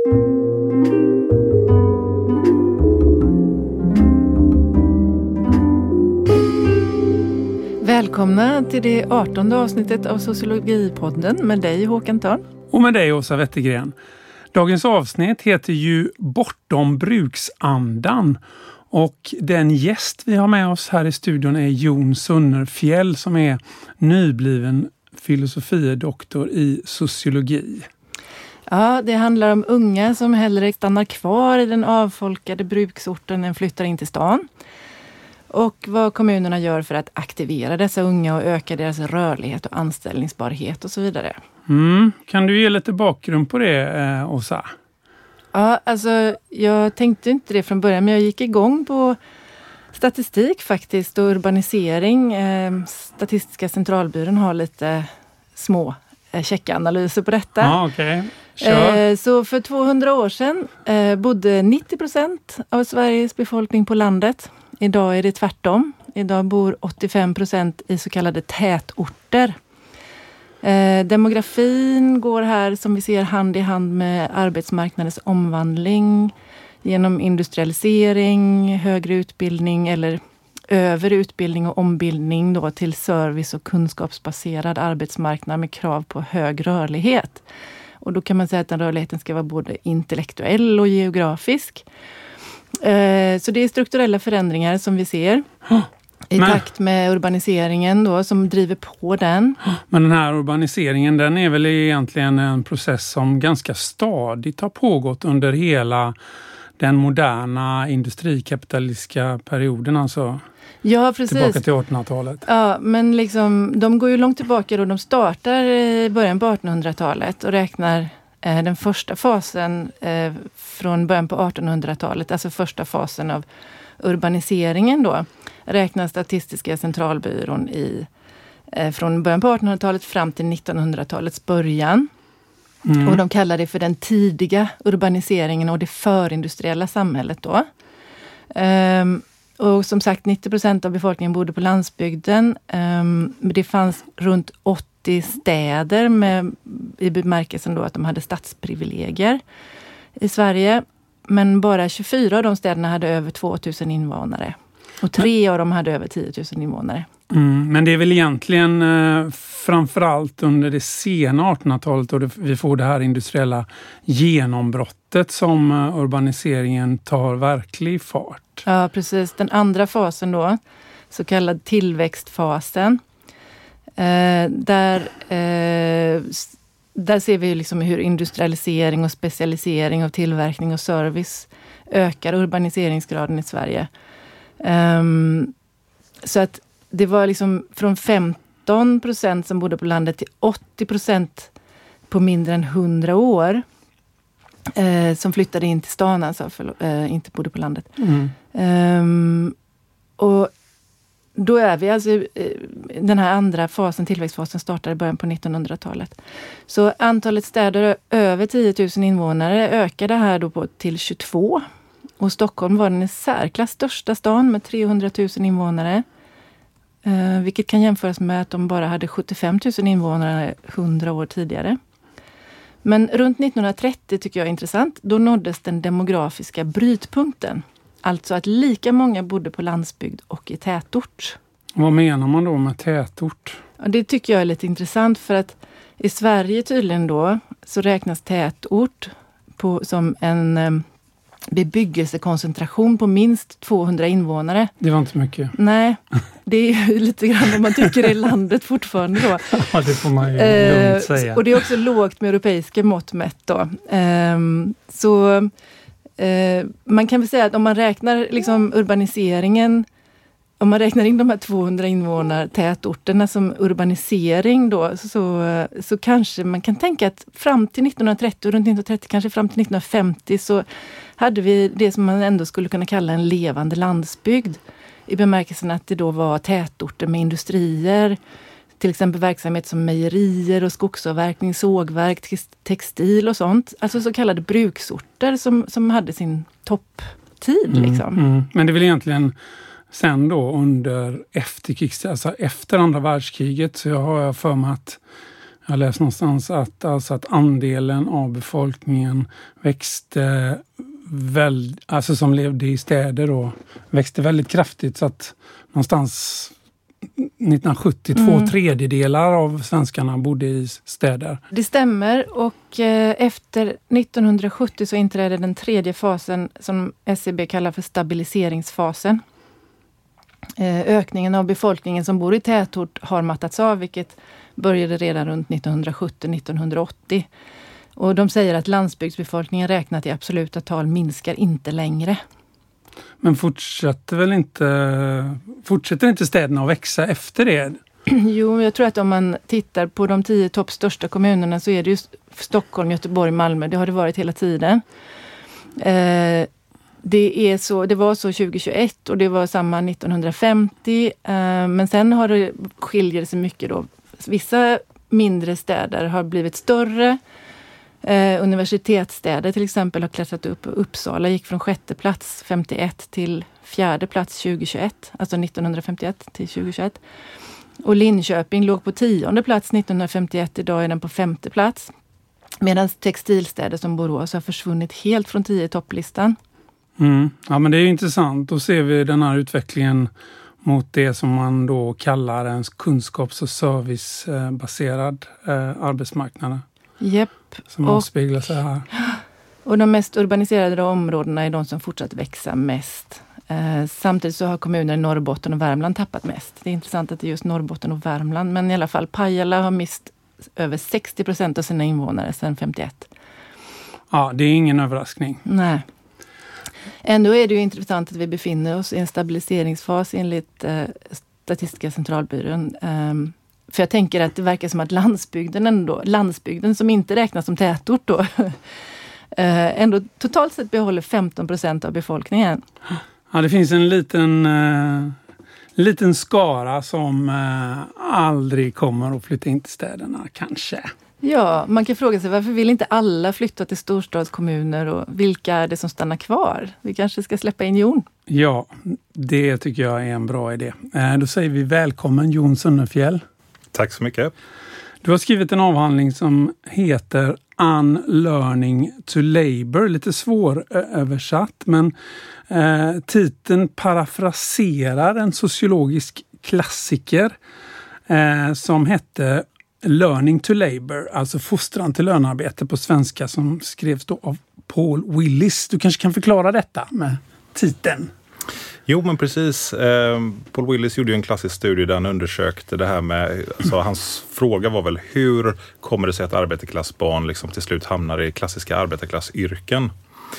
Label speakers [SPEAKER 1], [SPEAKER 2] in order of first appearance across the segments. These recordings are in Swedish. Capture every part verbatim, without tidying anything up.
[SPEAKER 1] Välkomna till det artonde avsnittet av Sociologipodden med dig Håkan Törn.
[SPEAKER 2] Och med dig Åsa Wettergren. Dagens avsnitt heter ju Bortom bruksandan. Och den gäst vi har med oss här i studion är Jon Sunnerfjell som är nybliven filosofie-doktor i sociologi.
[SPEAKER 1] Ja, det handlar om unga som hellre stannar kvar i den avfolkade bruksorten än flyttar in till stan. Och vad kommunerna gör för att aktivera dessa unga och öka deras rörlighet och anställningsbarhet och så vidare.
[SPEAKER 2] Mm. Kan du ge lite bakgrund på det, eh, Åsa?
[SPEAKER 1] Ja, alltså jag tänkte inte det från början men jag gick igång på statistik faktiskt och urbanisering. Eh, Statistiska centralbyrån har lite små eh, checkanalyser på detta.
[SPEAKER 2] Ja, okej. Kör.
[SPEAKER 1] Eh, så för tvåhundra år sedan eh, bodde nittio procent av Sveriges befolkning på landet. Idag är det tvärtom. Idag bor åttiofem procent i så kallade tätorter. Eh, demografin går här som vi ser hand i hand med arbetsmarknadens omvandling genom industrialisering, högre utbildning eller över utbildning och ombildning då till service- och kunskapsbaserad arbetsmarknad med krav på hög rörlighet. Och då kan man säga att den rörligheten ska vara både intellektuell och geografisk. Eh, så det är strukturella förändringar som vi ser. I Men, takt med urbaniseringen då, som driver på den.
[SPEAKER 2] Men den här urbaniseringen, den är väl egentligen en process som ganska stadigt har pågått under hela den moderna industrikapitalistiska perioden, alltså
[SPEAKER 1] ja, precis.
[SPEAKER 2] Tillbaka till artonhundratalet.
[SPEAKER 1] Ja, men liksom, de går ju långt tillbaka då. De startar i början på artonhundratalet och räknar eh, den första fasen eh, från början på artonhundratalet, alltså första fasen av urbaniseringen då, räknar Statistiska centralbyrån i eh, från början på artonhundratalet fram till nittonhundratalets början. Mm. Och de kallar det för den tidiga urbaniseringen och det förindustriella samhället då. Um, och som sagt, nittio procent av befolkningen bodde på landsbygden. Um, det fanns runt åttio städer med, i bemärkelsen då att de hade stadsprivilegier i Sverige. Men bara tjugofyra av de städerna hade över tvåtusen invånare. Och tre av dem hade över tiotusen invånare.
[SPEAKER 2] Mm, men det är väl egentligen eh, framförallt under det sena artonhundratalet då det, vi får det här industriella genombrottet som eh, urbaniseringen tar verklig fart.
[SPEAKER 1] Ja, precis. Den andra fasen då, så kallad tillväxtfasen. Eh, där, eh, där ser vi liksom hur industrialisering och specialisering av tillverkning och service ökar urbaniseringsgraden i Sverige. Um, så att det var liksom från femton procent som bodde på landet till åttio procent på mindre än hundra år eh, som flyttade in till stan, alltså för, eh, inte bodde på landet. Mm. Um, och då är vi alltså eh, den här andra fasen, tillväxtfasen, startade i början på nittonhundratalet. Så antalet städer över tiotusen invånare ökade här då på till tjugotvå. Och Stockholm var den i särklass största stan med trehundratusen invånare. Eh, vilket kan jämföras med att de bara hade sjuttiofem tusen invånare hundra år tidigare. Men runt nittonhundratrettio tycker jag är intressant. Då nåddes den demografiska brytpunkten. Alltså att lika många bodde på landsbygd och i tätort.
[SPEAKER 2] Vad menar man då med tätort?
[SPEAKER 1] Ja, det tycker jag är lite intressant för att i Sverige tydligen då så räknas tätort på, som en eh, bebyggelsekoncentration på minst tvåhundra invånare.
[SPEAKER 2] Det var inte mycket.
[SPEAKER 1] Nej, det är ju lite grann vad man tycker är landet fortfarande då.
[SPEAKER 2] Ja, det får man ju
[SPEAKER 1] eh,
[SPEAKER 2] lugnt säga.
[SPEAKER 1] Och det är också lågt med europeiska mått mätt då. Eh, så eh, man kan väl säga att om man räknar liksom urbaniseringen, om man räknar in de här tvåhundra invånare tätorterna som urbanisering då, så, så kanske man kan tänka att fram till nittonhundratrettio, runt nittonhundratrettio, kanske fram till nittonhundrafemtio så hade vi det som man ändå skulle kunna kalla en levande landsbygd. I bemärkelsen att det då var tätorter med industrier, till exempel verksamhet som mejerier och skogsavverkning, sågverk, textil och sånt. Alltså så kallade bruksorter som, som hade sin topptid.
[SPEAKER 2] Mm,
[SPEAKER 1] liksom.
[SPEAKER 2] mm. Men det är väl egentligen sen då under efterkrigs, alltså efter andra världskriget, så har jag för mig att Jag läste någonstans att, alltså att andelen av befolkningen växte väl, alltså som levde i städer då, växte väldigt kraftigt, så att någonstans nittonhundrasjuttio, mm. två tredjedelar av svenskarna bodde i städer. Det
[SPEAKER 1] stämmer, och eh, efter nittonhundrasjuttio så inträdde den tredje fasen som S C B kallar för stabiliseringsfasen. Eh, ökningen av befolkningen som bor i tätort har mattats av, vilket började redan runt nittonhundrasjuttio nittonhundraåttio. Och de säger att landsbygdsbefolkningen räknat i absoluta tal minskar inte längre.
[SPEAKER 2] Men fortsätter väl inte, fortsätter inte städerna att växa efter det?
[SPEAKER 1] Jo, jag tror att om man tittar på de tio topp största kommunerna så är det ju Stockholm, Göteborg, Malmö. Det har det varit hela tiden. Eh, det, är så, det var så tjugohundratjugoett och det var samma nittonhundrafemtio. Eh, men sen har det, skiljer det sig mycket då. Vissa mindre städer har blivit större. Eh, universitetsstäder till exempel har klättrat upp. Uppsala gick från sjätte plats femtioett till fjärde plats tjugohundratjugoett. Alltså nittonhundrafemtioett till tjugohundratjugoett. Och Linköping låg på tionde plats nittonhundrafemtioett. Idag är den på femte plats. Medan textilstäder som Borås har försvunnit helt från tio topplistan.
[SPEAKER 2] Mm. Ja, men det är ju intressant. Då ser vi den här utvecklingen mot det som man då kallar en kunskaps- och servicebaserad eh, arbetsmarknad.
[SPEAKER 1] Japp.
[SPEAKER 2] Som avspeglar sig här.
[SPEAKER 1] Och de mest urbaniserade områdena är de som fortsatt växa mest. Eh, samtidigt så har kommuner i Norrbotten och Värmland tappat mest. Det är intressant att det är just Norrbotten och Värmland. Men i alla fall, Pajala har mist över sextio procent av sina invånare sedan femtioett.
[SPEAKER 2] Ja, det är ingen överraskning.
[SPEAKER 1] Nej. Ändå är det ju intressant att vi befinner oss i en stabiliseringsfas enligt eh, Statistiska centralbyrån. Um, för jag tänker att det verkar som att landsbygden ändå, landsbygden som inte räknas som tätort då, uh, ändå totalt sett behåller femton procent av befolkningen.
[SPEAKER 2] Ja, det finns en liten, uh, liten skara som uh, aldrig kommer att flytta in till städerna, kanske.
[SPEAKER 1] Ja, man kan fråga sig varför vill inte alla flytta till storstadskommuner och vilka är det som stannar kvar? Vi kanske ska släppa in Jon.
[SPEAKER 2] Ja, det tycker jag är en bra idé. Eh, då säger vi välkommen Jon Sunnerfjell.
[SPEAKER 3] Tack så mycket.
[SPEAKER 2] Du har skrivit en avhandling som heter Unlearning to Labour, lite svåröversatt, men eh, titeln parafraserar en sociologisk klassiker eh, som hette Learning to Labour, alltså fostran till lönearbete på svenska, som skrevs då av Paul Willis. Du kanske kan förklara detta med titeln?
[SPEAKER 3] Jo, men precis. Eh, Paul Willis gjorde ju en klassisk studie där han undersökte det här med, alltså hans fråga var väl, hur kommer det sig att arbetarklassbarn liksom till slut hamnar i klassiska arbetarklassyrken?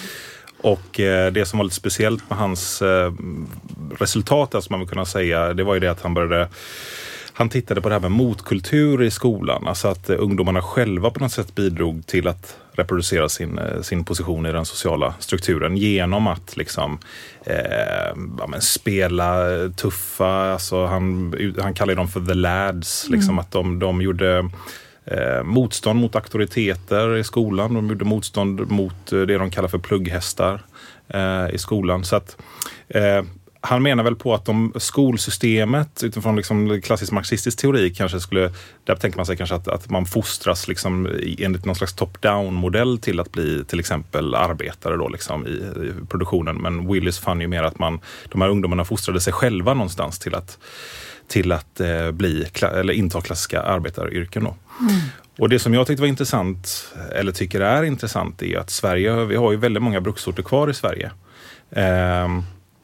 [SPEAKER 3] Och eh, det som var lite speciellt med hans eh, resultat, som man vill kunna säga, det var ju det att han började Han tittade på det här med motkultur i skolan. Alltså att ungdomarna själva på något sätt bidrog till att reproducera sin, sin position i den sociala strukturen genom att liksom, eh, ja, men spela tuffa. Alltså han, han kallar dem för the lads. Liksom, mm. Att de, de gjorde eh, motstånd mot auktoriteter i skolan. De gjorde motstånd mot det de kallar för plugghästar eh, i skolan. Så att... Eh, Han menar väl på att de skolsystemet utifrån liksom klassisk marxistisk teori kanske skulle, där tänker man sig kanske att, att man fostras liksom enligt någon slags top-down-modell till att bli till exempel arbetare då liksom i, i produktionen. Men Willis fann ju mer att man, de här ungdomarna fostrade sig själva någonstans till att, till att eh, bli, eller inta klassiska arbetaryrken då. Mm. Och det som jag tyckte var intressant, eller tycker är intressant, är att Sverige, vi har ju väldigt många bruksorter kvar i Sverige. Ehm,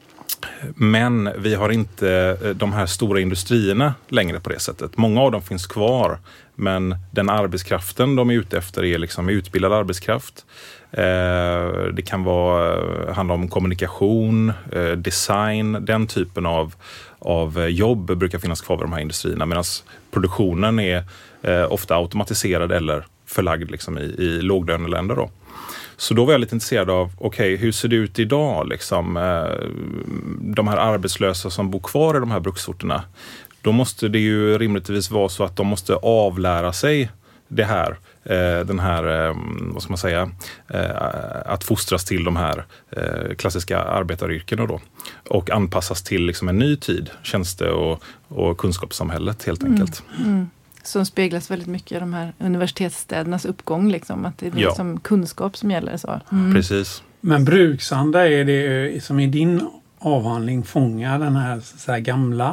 [SPEAKER 3] Men vi har inte de här stora industrierna längre på det sättet. Många av dem finns kvar, men den arbetskraften de är ute efter är liksom utbildad arbetskraft. Eh, det kan vara, handla om kommunikation, eh, design, den typen av, av jobb brukar finnas kvar vid de här industrierna. Medan produktionen är eh, ofta automatiserad eller förlagd liksom i, i låglöneländer då. Så då var jag lite intresserad av, okej, okay, hur ser det ut idag? Liksom, eh, de här arbetslösa som bor kvar i de här bruksorterna. Då måste det ju rimligtvis vara så att de måste avlära sig det här. Eh, den här, eh, vad ska man säga, eh, att fostras till de här eh, klassiska arbetaryrkena då. Och anpassas till liksom en ny tid, tjänste- och, och kunskapssamhället helt enkelt.
[SPEAKER 1] Mm, mm. som speglas väldigt mycket i de här universitetsstädernas uppgång. Liksom, att det är
[SPEAKER 3] Ja.
[SPEAKER 1] liksom kunskap som gäller. Så. Mm.
[SPEAKER 3] Precis.
[SPEAKER 2] Men bruksanda är det som i din avhandling fångar den här, så här gamla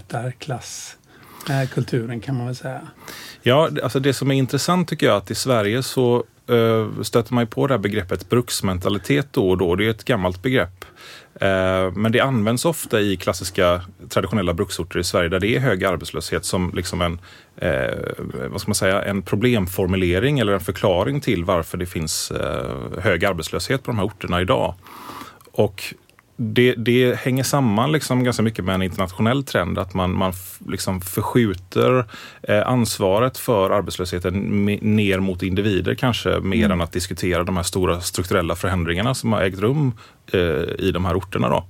[SPEAKER 2] arbetarklasskulturen kan man väl säga. Ja,
[SPEAKER 3] alltså det som är intressant tycker jag att i Sverige så uh, stöter man ju på det här begreppet bruksmentalitet då och då. Det är ett gammalt begrepp. Uh, men det används ofta i klassiska traditionella bruksorter i Sverige där det är hög arbetslöshet som liksom en, uh, vad ska man säga, en problemformulering eller en förklaring till varför det finns uh, hög arbetslöshet på de här orterna idag. Och Det, det hänger samman liksom ganska mycket med en internationell trend att man, man f, liksom förskjuter eh, ansvaret för arbetslösheten me, ner mot individer kanske mer mm. än att diskutera de här stora strukturella förändringarna som har ägt rum eh, i de här orterna då.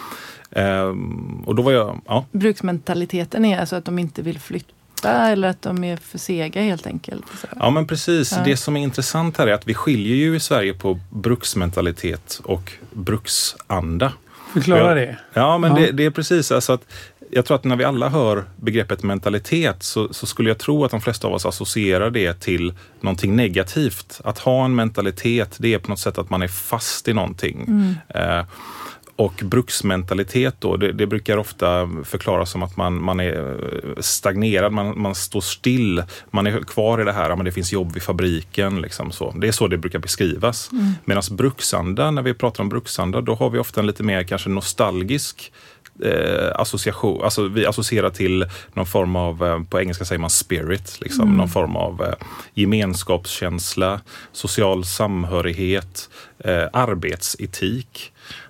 [SPEAKER 3] Eh, och då var jag, ja.
[SPEAKER 1] Bruksmentaliteten är alltså att de inte vill flytta eller att de är för sega helt enkelt. Så.
[SPEAKER 3] Ja men precis,
[SPEAKER 1] ja.
[SPEAKER 3] Det som är intressant här är att vi skiljer ju i Sverige på bruksmentalitet och bruksanda.
[SPEAKER 2] Förklara det.
[SPEAKER 3] Ja men
[SPEAKER 2] ja.
[SPEAKER 3] Det, det är precis alltså att jag tror att när vi alla hör begreppet mentalitet så, så skulle jag tro att de flesta av oss associerar det till någonting negativt. Att ha en mentalitet, det är på något sätt att man är fast i någonting.
[SPEAKER 1] Mm.
[SPEAKER 3] Eh, Och bruksmentalitet då, det, det brukar ofta förklaras som att man, man är stagnerad, man, man står still, man är kvar i det här, men det finns jobb vid fabriken. Liksom så. Det är så det brukar beskrivas. Mm. Medan bruksanda, när vi pratar om bruksanda, då har vi ofta en lite mer kanske nostalgisk eh, association. Alltså vi associerar till någon form av, eh, på engelska säger man spirit, liksom, mm. någon form av eh, gemenskapskänsla, social samhörighet, eh, arbetsetik.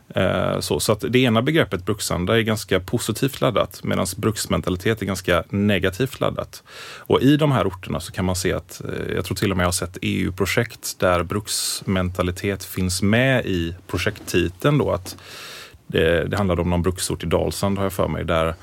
[SPEAKER 3] Så, så att det ena begreppet bruksanda är ganska positivt laddat medan bruksmentalitet är ganska negativt laddat. Och i de här orterna så kan man se att, jag tror till och med jag har sett E U-projekt där bruksmentalitet finns med i projekttiteln då, att det, det handlade om någon bruksort i Dalsland har jag för mig där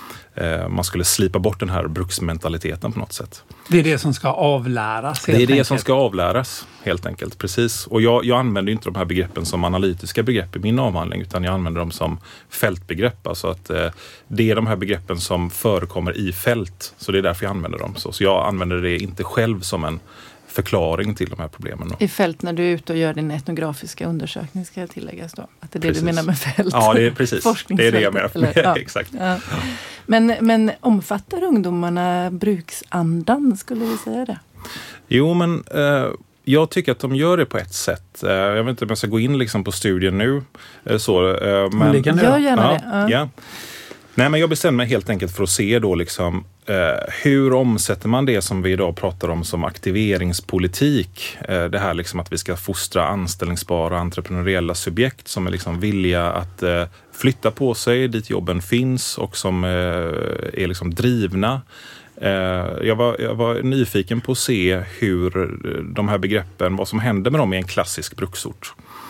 [SPEAKER 3] eh, man skulle slipa bort den här bruksmentaliteten på något sätt.
[SPEAKER 2] Det är det som ska avläras.
[SPEAKER 3] Det är det enkelt. som ska avläras helt enkelt, precis. Och jag, jag använder inte de här begreppen som analytiska begrepp i min avhandling utan jag använder dem som fältbegrepp. Alltså att eh, det är de här begreppen som förekommer i fält. Så det är därför jag använder dem. Så, så jag använder det inte själv som en förklaring till de här problemen. Då.
[SPEAKER 1] I fält när du är ute och gör din etnografiska undersökning ska jag tilläggas då. Att det är det
[SPEAKER 3] precis.
[SPEAKER 1] du menar med fält.
[SPEAKER 3] Ja, det är precis. Det är det jag menar.
[SPEAKER 1] Eller, ja.
[SPEAKER 3] Exakt.
[SPEAKER 1] Ja. Men, men omfattar ungdomarna bruksandan, skulle vi säga det?
[SPEAKER 3] Jo, men eh, jag tycker att de gör det på ett sätt. Eh, jag vet inte om jag ska gå in liksom på studien nu. Eh, så, eh, men,
[SPEAKER 2] det kan
[SPEAKER 1] gör gärna
[SPEAKER 3] ja,
[SPEAKER 1] det. Ja.
[SPEAKER 3] Ja. Nej, men jag bestämmer mig helt enkelt för att se då liksom eh, hur omsätter man det som vi idag pratar om som aktiveringspolitik. Eh, det här liksom att vi ska fostra anställningsbara entreprenöriella subjekt som är liksom villiga att eh, flytta på sig dit jobben finns och som eh, är liksom drivna. Eh, jag, var, jag var nyfiken på att se hur de här begreppen, vad som händer med dem i en klassisk bruksort.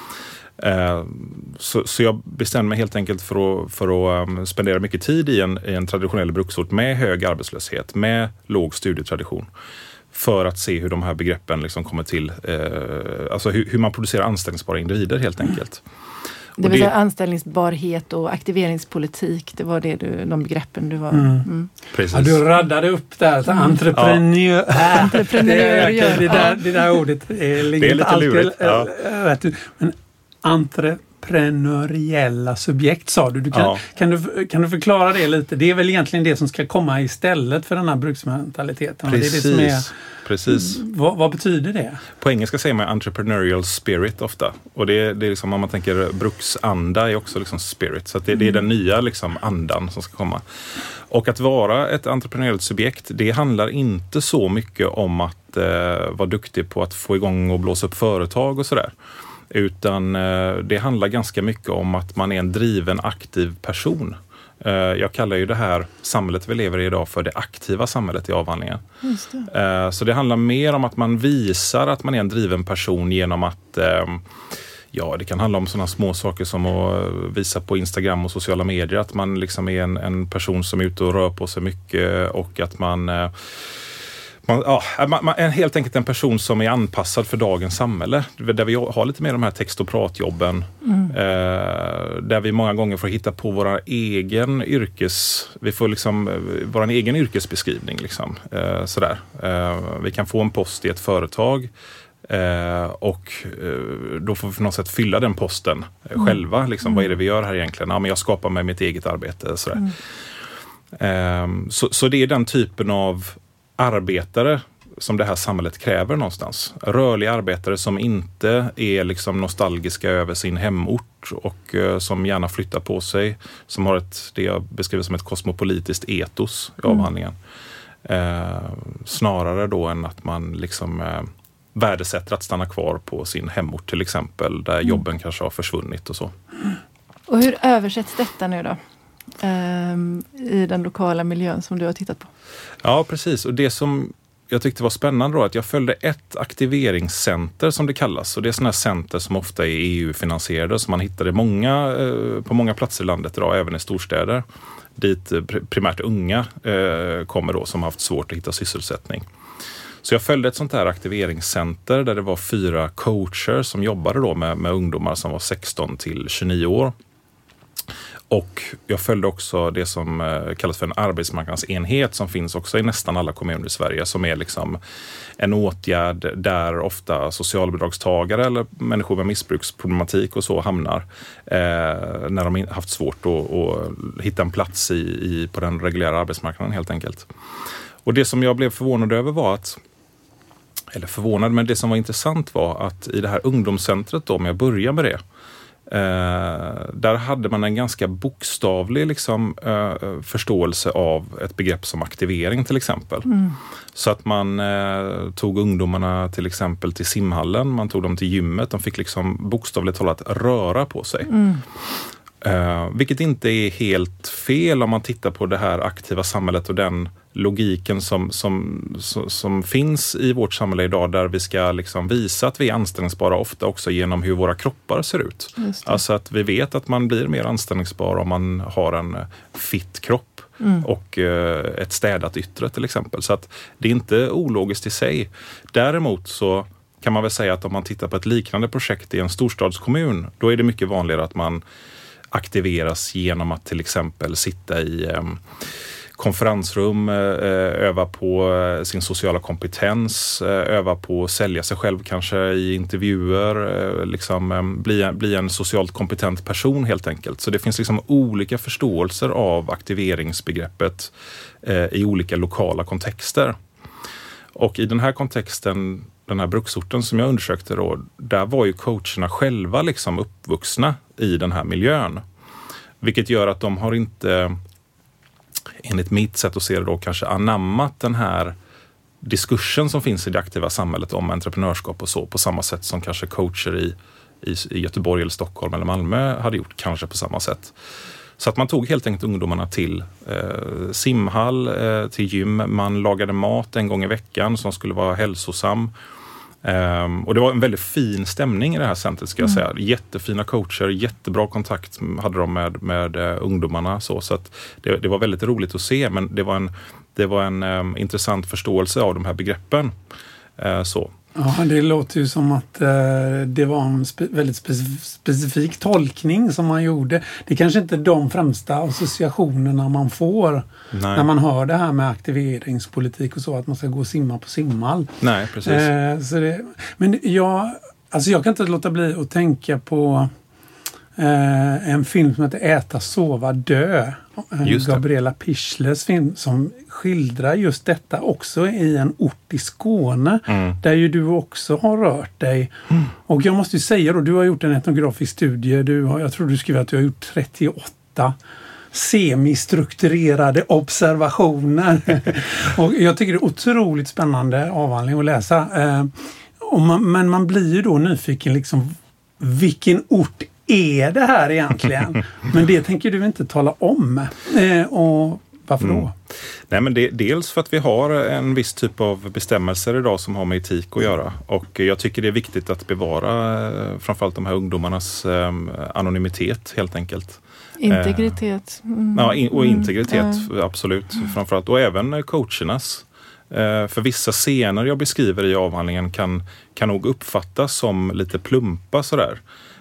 [SPEAKER 3] Så, så jag bestämde mig helt enkelt för att, för att um, spendera mycket tid i en, i en traditionell bruksort med hög arbetslöshet, med låg studietradition. För att se hur de här begreppen liksom kommer till, eh, alltså hur, hur man producerar anställningsbara individer helt enkelt.
[SPEAKER 1] Det vill säga anställningsbarhet och aktiveringspolitik, det var det du, de begreppen du var... Mm. Mm.
[SPEAKER 2] Precis. Ja, du raddade upp det här, mm. entreprenör... Ja.
[SPEAKER 1] entreprenör
[SPEAKER 2] det, det, där, det där ordet är, ligger
[SPEAKER 3] det är lite
[SPEAKER 2] alltid
[SPEAKER 3] lurigt. Ja.
[SPEAKER 2] Rätt ut. Men entreprenöriella subjekt sa du. du, kan,
[SPEAKER 3] ja.
[SPEAKER 2] kan, du kan du förklara det lite? Det är väl egentligen det som ska komma istället för den här bruksmentaliteten.
[SPEAKER 3] Precis.
[SPEAKER 2] Det är det som är,
[SPEAKER 3] Precis.
[SPEAKER 2] Vad, vad betyder det?
[SPEAKER 3] På engelska säger man entrepreneurial spirit ofta. Och det, det är liksom, om man tänker bruksanda är också liksom spirit. Så att det, mm. det är den nya liksom andan som ska komma. Och att vara ett entreprenöriellt subjekt, det handlar inte så mycket om att eh, vara duktig på att få igång och blåsa upp företag och sådär. Utan eh, det handlar ganska mycket om att man är en driven, aktiv person. Eh, jag kallar ju det här samhället vi lever i idag för det aktiva samhället i avhandlingen.
[SPEAKER 1] Just det.
[SPEAKER 3] Eh, så det handlar mer om att man visar att man är en driven person genom att eh, ja, det kan handla om sådana små saker som att visa på Instagram och sociala medier att man liksom är en, en person som är ute och rör på sig mycket och att man eh, Man, ja, man, man är helt enkelt en person som är anpassad för dagens samhälle. Där vi har lite mer de här text- och pratjobben. Mm. Eh, där vi många gånger får hitta på våra egen yrkes... Vi får liksom vår egen yrkesbeskrivning. Liksom, eh, sådär. Eh, vi kan få en post i ett företag eh, och eh, då får vi på något sätt fylla den posten mm. själva. Liksom, mm. Vad är det vi gör här egentligen? Ja, men jag skapar med mitt eget arbete. Sådär. Mm. Eh, så, så det är den typen av arbetare som det här samhället kräver någonstans. Rörliga arbetare som inte är liksom nostalgiska över sin hemort och uh, som gärna flyttar på sig. Som har ett, det jag beskriver som ett kosmopolitiskt etos i mm. avhandlingen. Uh, snarare då än att man liksom uh, värdesätter att stanna kvar på sin hemort till exempel. Där mm. jobben kanske har försvunnit och så.
[SPEAKER 1] Och hur översätts detta nu då? Um, I den lokala miljön som du har tittat på?
[SPEAKER 3] Ja, precis. Och det som jag tyckte var spännande då, att jag följde ett aktiveringscenter som det kallas. Och det är sådana här center som ofta är E U-finansierade, som man hittar i många, eh, på många platser i landet idag, även i storstäder. Dit primärt unga eh, kommer då, som har haft svårt att hitta sysselsättning. Så jag följde ett sånt här aktiveringscenter där det var fyra coacher som jobbade då med, med ungdomar som var sexton till tjugonio år. Och jag följde också det som eh, kallas för en arbetsmarknadsenhet som finns också i nästan alla kommuner i Sverige, som är liksom en åtgärd där ofta socialbidragstagare eller människor med missbruksproblematik och så hamnar eh, när de haft svårt att, att hitta en plats i, i, på den reguljära arbetsmarknaden helt enkelt. Och det som jag blev förvånad över var att, eller förvånad, men det som var intressant var att i det här ungdomscentret då, om jag börjar med det, Eh, där hade man en ganska bokstavlig liksom, eh, förståelse av ett begrepp som aktivering till exempel. Mm. Så att man eh, tog ungdomarna till exempel till simhallen, man tog dem till gymmet, de fick liksom bokstavligt talat röra på sig. Mm. Eh, vilket inte är helt fel om man tittar på det här aktiva samhället och den logiken som, som, som, som finns i vårt samhälle idag, där vi ska liksom visa att vi är anställningsbara ofta också genom hur våra kroppar ser ut. Alltså att vi vet att man blir mer anställningsbar om man har en fit kropp mm. och eh, ett städat yttre till exempel. Så att det är inte ologiskt i sig. Däremot så kan man väl säga att om man tittar på ett liknande projekt i en storstadskommun, då är det mycket vanligare att man aktiveras genom att till exempel sitta i eh, konferensrum, öva på sin sociala kompetens, öva på att sälja sig själv kanske i intervjuer, liksom bli, bli en socialt kompetent person helt enkelt. Så det finns liksom olika förståelser av aktiveringsbegreppet i olika lokala kontexter. Och i den här kontexten, den här bruksorten som jag undersökte då, där var ju coacherna själva liksom uppvuxna i den här miljön. Vilket gör att de har inte, enligt mitt sätt att se det då, kanske anammat den här diskursen som finns i det aktiva samhället om entreprenörskap och så, på samma sätt som kanske coacher i, i, i Göteborg eller Stockholm eller Malmö hade gjort, kanske på samma sätt. Så att man tog helt enkelt ungdomarna till eh, simhall, eh, till gym. Man lagade mat en gång i veckan som skulle vara hälsosam. Um, och det var en väldigt fin stämning i det här centret, ska jag säga. Mm. Jättefina coacher, jättebra kontakt hade de med, med uh, ungdomarna. Så, så att det, det var väldigt roligt att se, men det var en, det var en um, intressant förståelse av de här begreppen. Uh, så.
[SPEAKER 2] Ja, det låter ju som att eh, det var en spe- väldigt spec- specifik tolkning som man gjorde. Det är kanske inte de främsta associationerna man får Nej. när man hör det här med aktiveringspolitik och så, att man ska gå och simma på simhall.
[SPEAKER 3] Nej, precis.
[SPEAKER 2] Eh, så det, men jag, alltså jag kan inte låta bli att tänka på eh, en film som heter Äta, sova, dö. Gabriella Pichles film som skildrar just detta också i en ort i Skåne mm. där ju du också har rört dig. Mm. Och jag måste ju säga då, du har gjort en etnografisk studie, du har, jag tror du skriver att du har gjort trettioåtta semistrukturerade observationer. Och jag tycker det är otroligt spännande avhandling att läsa. Eh, och man, men man blir ju då nyfiken liksom, vilken ort är det här egentligen? Men det tänker du inte tala om. Eh, och varför då? Mm.
[SPEAKER 3] Nej, men det, dels för att vi har en viss typ av bestämmelser idag som har med etik att göra. Och jag tycker det är viktigt att bevara framförallt de här ungdomarnas eh, anonymitet helt enkelt.
[SPEAKER 1] Integritet.
[SPEAKER 3] Mm. Ja, in, och integritet, mm. absolut. Framförallt. Och även coachernas. Eh, för vissa scener jag beskriver i avhandlingen kan, kan nog uppfattas som lite plumpa sådär.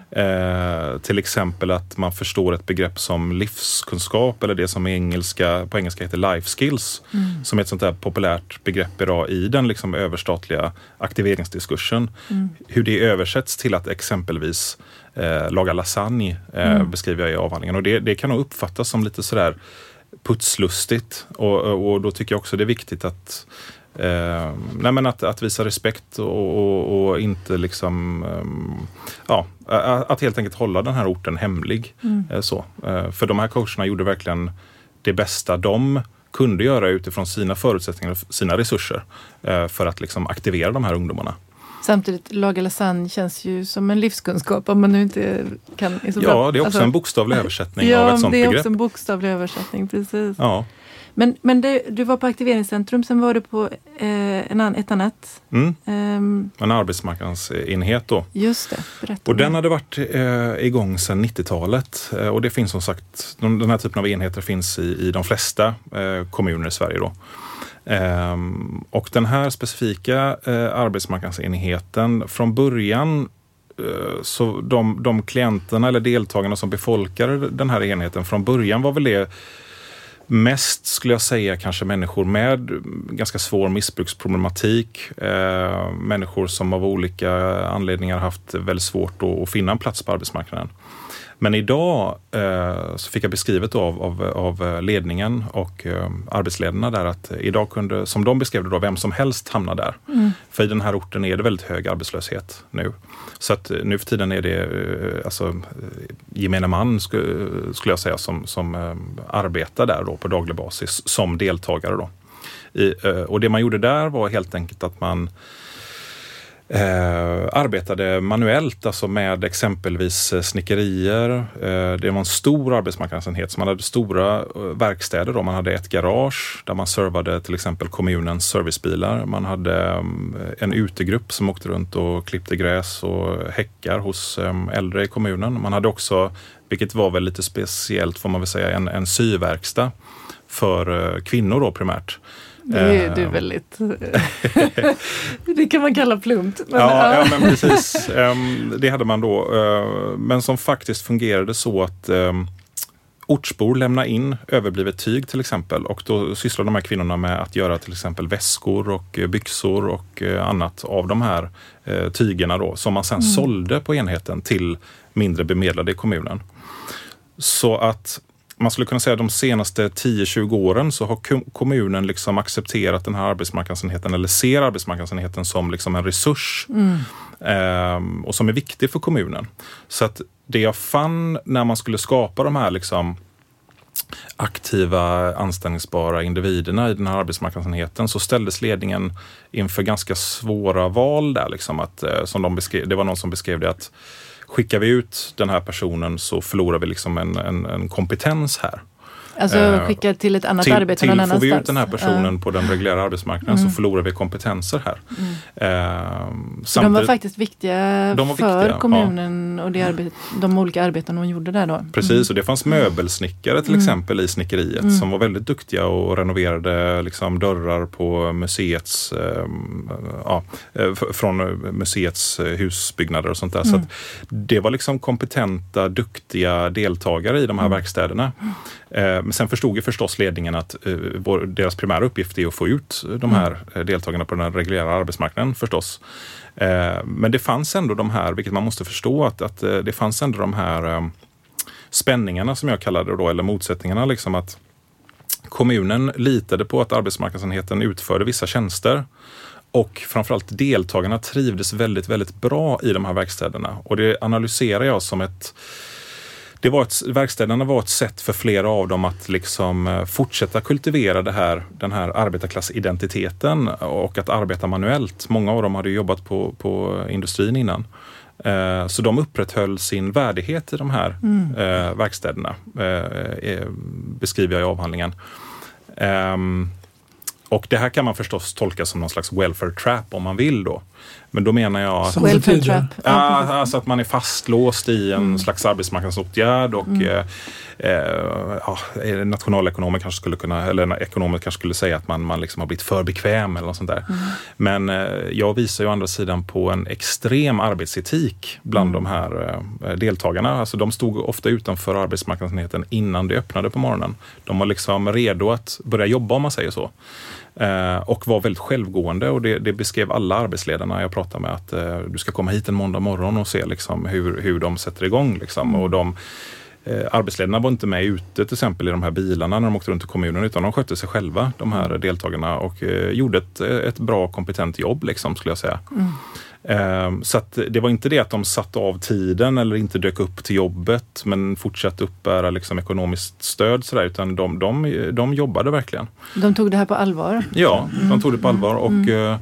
[SPEAKER 3] Eh, till exempel att man förstår ett begrepp som livskunskap eller det som är engelska, på engelska heter life skills, mm. som är ett sånt där populärt begrepp idag i den liksom överstatliga aktiveringsdiskursen. Mm. Hur det översätts till att exempelvis eh, laga lasagne eh, mm. beskriver jag i avhandlingen. Och det, det kan nog uppfattas som lite sådär putslustigt och, och då tycker jag också det är viktigt att Eh, nej men att, att visa respekt och, och, och inte liksom um, ja, att helt enkelt hålla den här orten hemlig. Mm. Eh, så. Eh, för de här coacherna gjorde verkligen det bästa de kunde göra utifrån sina förutsättningar och sina resurser eh, för att liksom aktivera de här ungdomarna.
[SPEAKER 1] Samtidigt, laga lasagne känns ju som en livskunskap om man nu inte kan...
[SPEAKER 3] Ja, det är också alltså, en bokstavlig översättning
[SPEAKER 1] ja,
[SPEAKER 3] av ett sånt begrepp.
[SPEAKER 1] Ja, det är också en bokstavlig översättning, precis.
[SPEAKER 3] Ja.
[SPEAKER 1] Men, men det, du var på aktiveringscentrum, sen var du på eh, en an, ett annat.
[SPEAKER 3] Mm.
[SPEAKER 1] Um,
[SPEAKER 3] en arbetsmarknadsenhet då.
[SPEAKER 1] Just det, berätta.
[SPEAKER 3] Och den hade varit eh, igång sedan nittiotalet. Eh, och det finns som sagt, de, den här typen av enheter finns i, i de flesta eh, kommuner i Sverige då. Eh, och den här specifika eh, arbetsmarknadsenheten från början eh, så de, de klienterna eller deltagarna som befolkade den här enheten från början var väl det mest skulle jag säga kanske människor med ganska svår missbruksproblematik. Eh, människor som av olika anledningar haft väldigt svårt att, att finna en plats på arbetsmarknaden. Men idag eh, så fick jag beskrivet av, av, av ledningen och eh, arbetsledarna där att idag kunde, som de beskrev det då, vem som helst hamna där. Mm. För i den här orten är det väldigt hög arbetslöshet nu. Så att nu för tiden är det eh, alltså, gemene man skulle, skulle jag säga som, som eh, arbetar där då på daglig basis som deltagare då. I, eh, och det man gjorde där var helt enkelt att man Eh, arbetade manuellt, alltså med exempelvis snickerier. Eh, det var en stor arbetsmarknadsenhet som man hade stora eh, verkstäder. Då. Man hade ett garage där man servade till exempel kommunens servicebilar. Man hade eh, en utegrupp som åkte runt och klippte gräs och häckar hos eh, äldre i kommunen. Man hade också, vilket var väl lite speciellt får man väl säga, en, en syverkstad för eh, kvinnor då primärt.
[SPEAKER 1] Det är ju väldigt... det kan man kalla plumpt.
[SPEAKER 3] Men, ja, ja, men precis. Det hade man då. Men som faktiskt fungerade så att ortsbor lämnar in överblivet tyg till exempel. Och då sysslar de här kvinnorna med att göra till exempel väskor och byxor och annat av de här tygerna då. Som man sen mm. sålde på enheten till mindre bemedlade i kommunen. Så att man skulle kunna säga att de senaste tio till tjugo åren så har kommunen liksom accepterat den här arbetsmarknadsenheten eller ser arbetsmarknadsenheten som liksom en resurs mm. eh, och som är viktig för kommunen. Så att det jag fann när man skulle skapa de här liksom aktiva anställningsbara individerna i den här arbetsmarknadsenheten så ställdes ledningen inför ganska svåra val där liksom att, eh, som de beskrev, det var någon som beskrev det att skickar vi ut den här personen så förlorar vi liksom en, en, en kompetens här.
[SPEAKER 1] Alltså skicka till ett annat till, arbete
[SPEAKER 3] till,
[SPEAKER 1] någon annanstans.
[SPEAKER 3] Får vi ut den här personen uh. på den reguljära arbetsmarknaden mm. så förlorar vi kompetenser här.
[SPEAKER 1] Mm. Uh, de var faktiskt viktiga de var för viktiga, kommunen ja. och det arbet, de olika arbeten de gjorde där då.
[SPEAKER 3] Precis, mm. och det fanns möbelsnickare till mm. exempel i snickeriet mm. som var väldigt duktiga och renoverade liksom, dörrar på museets uh, ja, från museets husbyggnader och sånt där. Mm. Så att det var liksom kompetenta, duktiga deltagare i de här mm. verkstäderna. Uh, Men sen förstod ju förstås ledningen att eh, vår, deras primära uppgift är att få ut de här mm. deltagarna på den reguljära arbetsmarknaden förstås. Eh, men det fanns ändå de här, vilket man måste förstå, att, att eh, det fanns ändå de här eh, spänningarna som jag kallade det då, eller motsättningarna liksom att kommunen litade på att arbetsmarknadsenheten utförde vissa tjänster och framförallt deltagarna trivdes väldigt, väldigt bra i de här verkstäderna. Och det analyserar jag som ett Det var ett, verkstäderna var ett sätt för flera av dem att liksom fortsätta kultivera det här, den här arbetarklassidentiteten och att arbeta manuellt. Många av dem hade jobbat på, på industrin innan. Eh, så de upprätthöll sin värdighet i de här mm. eh, verkstäderna, eh, beskriver jag i avhandlingen. Eh, och det här kan man förstås tolka som någon slags welfare trap om man vill då. Men då menar jag att,
[SPEAKER 1] Welfare trap.
[SPEAKER 3] Ja, alltså att man är fastlåst i en mm. slags arbetsmarknadsåtgärd och mm. eh, eh, ja, nationalekonomer kanske skulle kunna, eller ekonomer kanske skulle säga att man, man liksom har blivit för bekväm eller något sånt där. Mm. Men eh, jag visar ju å andra sidan på en extrem arbetsetik bland mm. de här eh, deltagarna. Alltså de stod ofta utanför arbetsmarknadsenheten innan det öppnade på morgonen. De var liksom redo att börja jobba, om man säger så. Eh, och var väldigt självgående, och det, det beskrev alla arbetsledarna jag pratade med, att eh, du ska komma hit en måndag morgon och se liksom, hur, hur de sätter igång. Liksom. Mm. Och de, eh, arbetsledarna var inte med ute till exempel i de här bilarna när de åkte runt i kommunen, utan de skötte sig själva, de här deltagarna, och eh, gjorde ett, ett bra kompetent jobb liksom, skulle jag säga. Mm. Så att det var inte det att de satt av tiden eller inte dök upp till jobbet men fortsatte uppbära liksom ekonomiskt stöd sådär, utan de, de, de jobbade verkligen.
[SPEAKER 1] De tog det här på allvar?
[SPEAKER 3] Ja, de tog det på allvar, och mm.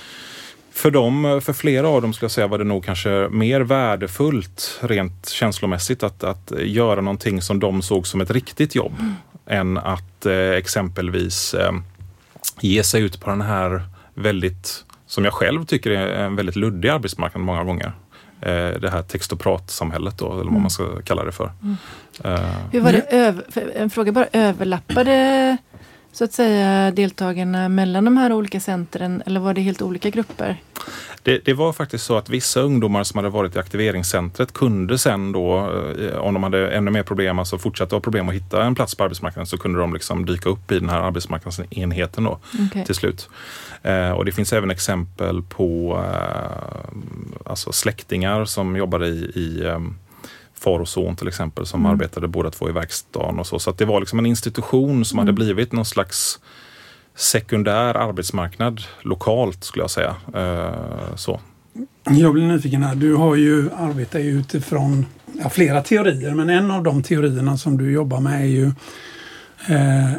[SPEAKER 3] för dem, för flera av dem skulle jag säga, var det nog kanske mer värdefullt rent känslomässigt att, att göra någonting som de såg som ett riktigt jobb mm. än att eh, exempelvis eh, ge sig ut på den här väldigt, som jag själv tycker är en väldigt luddig arbetsmarknad många gånger. Eh, det här text- och pratsamhället då, eller vad mm. man ska kalla det för. Mm. Eh.
[SPEAKER 1] Hur var det, över, en fråga bara, överlappade så att säga deltagarna mellan de här olika centren, eller var det helt olika grupper?
[SPEAKER 3] Det, det var faktiskt så att vissa ungdomar som hade varit i aktiveringscentret kunde sen då, om de hade ännu mer problem, alltså fortsatta ha problem att hitta en plats på arbetsmarknaden, så kunde de liksom dyka upp i den här arbetsmarknadsenheten då okay. till slut. Eh, och det finns även exempel på eh, alltså släktingar som jobbade i, i eh, far och son till exempel, som mm. arbetade båda två i verkstaden och så. Så att det var liksom en institution som mm. hade blivit någon slags sekundär arbetsmarknad lokalt, skulle jag säga. Eh, så.
[SPEAKER 2] Jag blir nyfiken här. Du har ju arbetat utifrån ja, flera teorier, men en av de teorierna som du jobbar med är ju eh,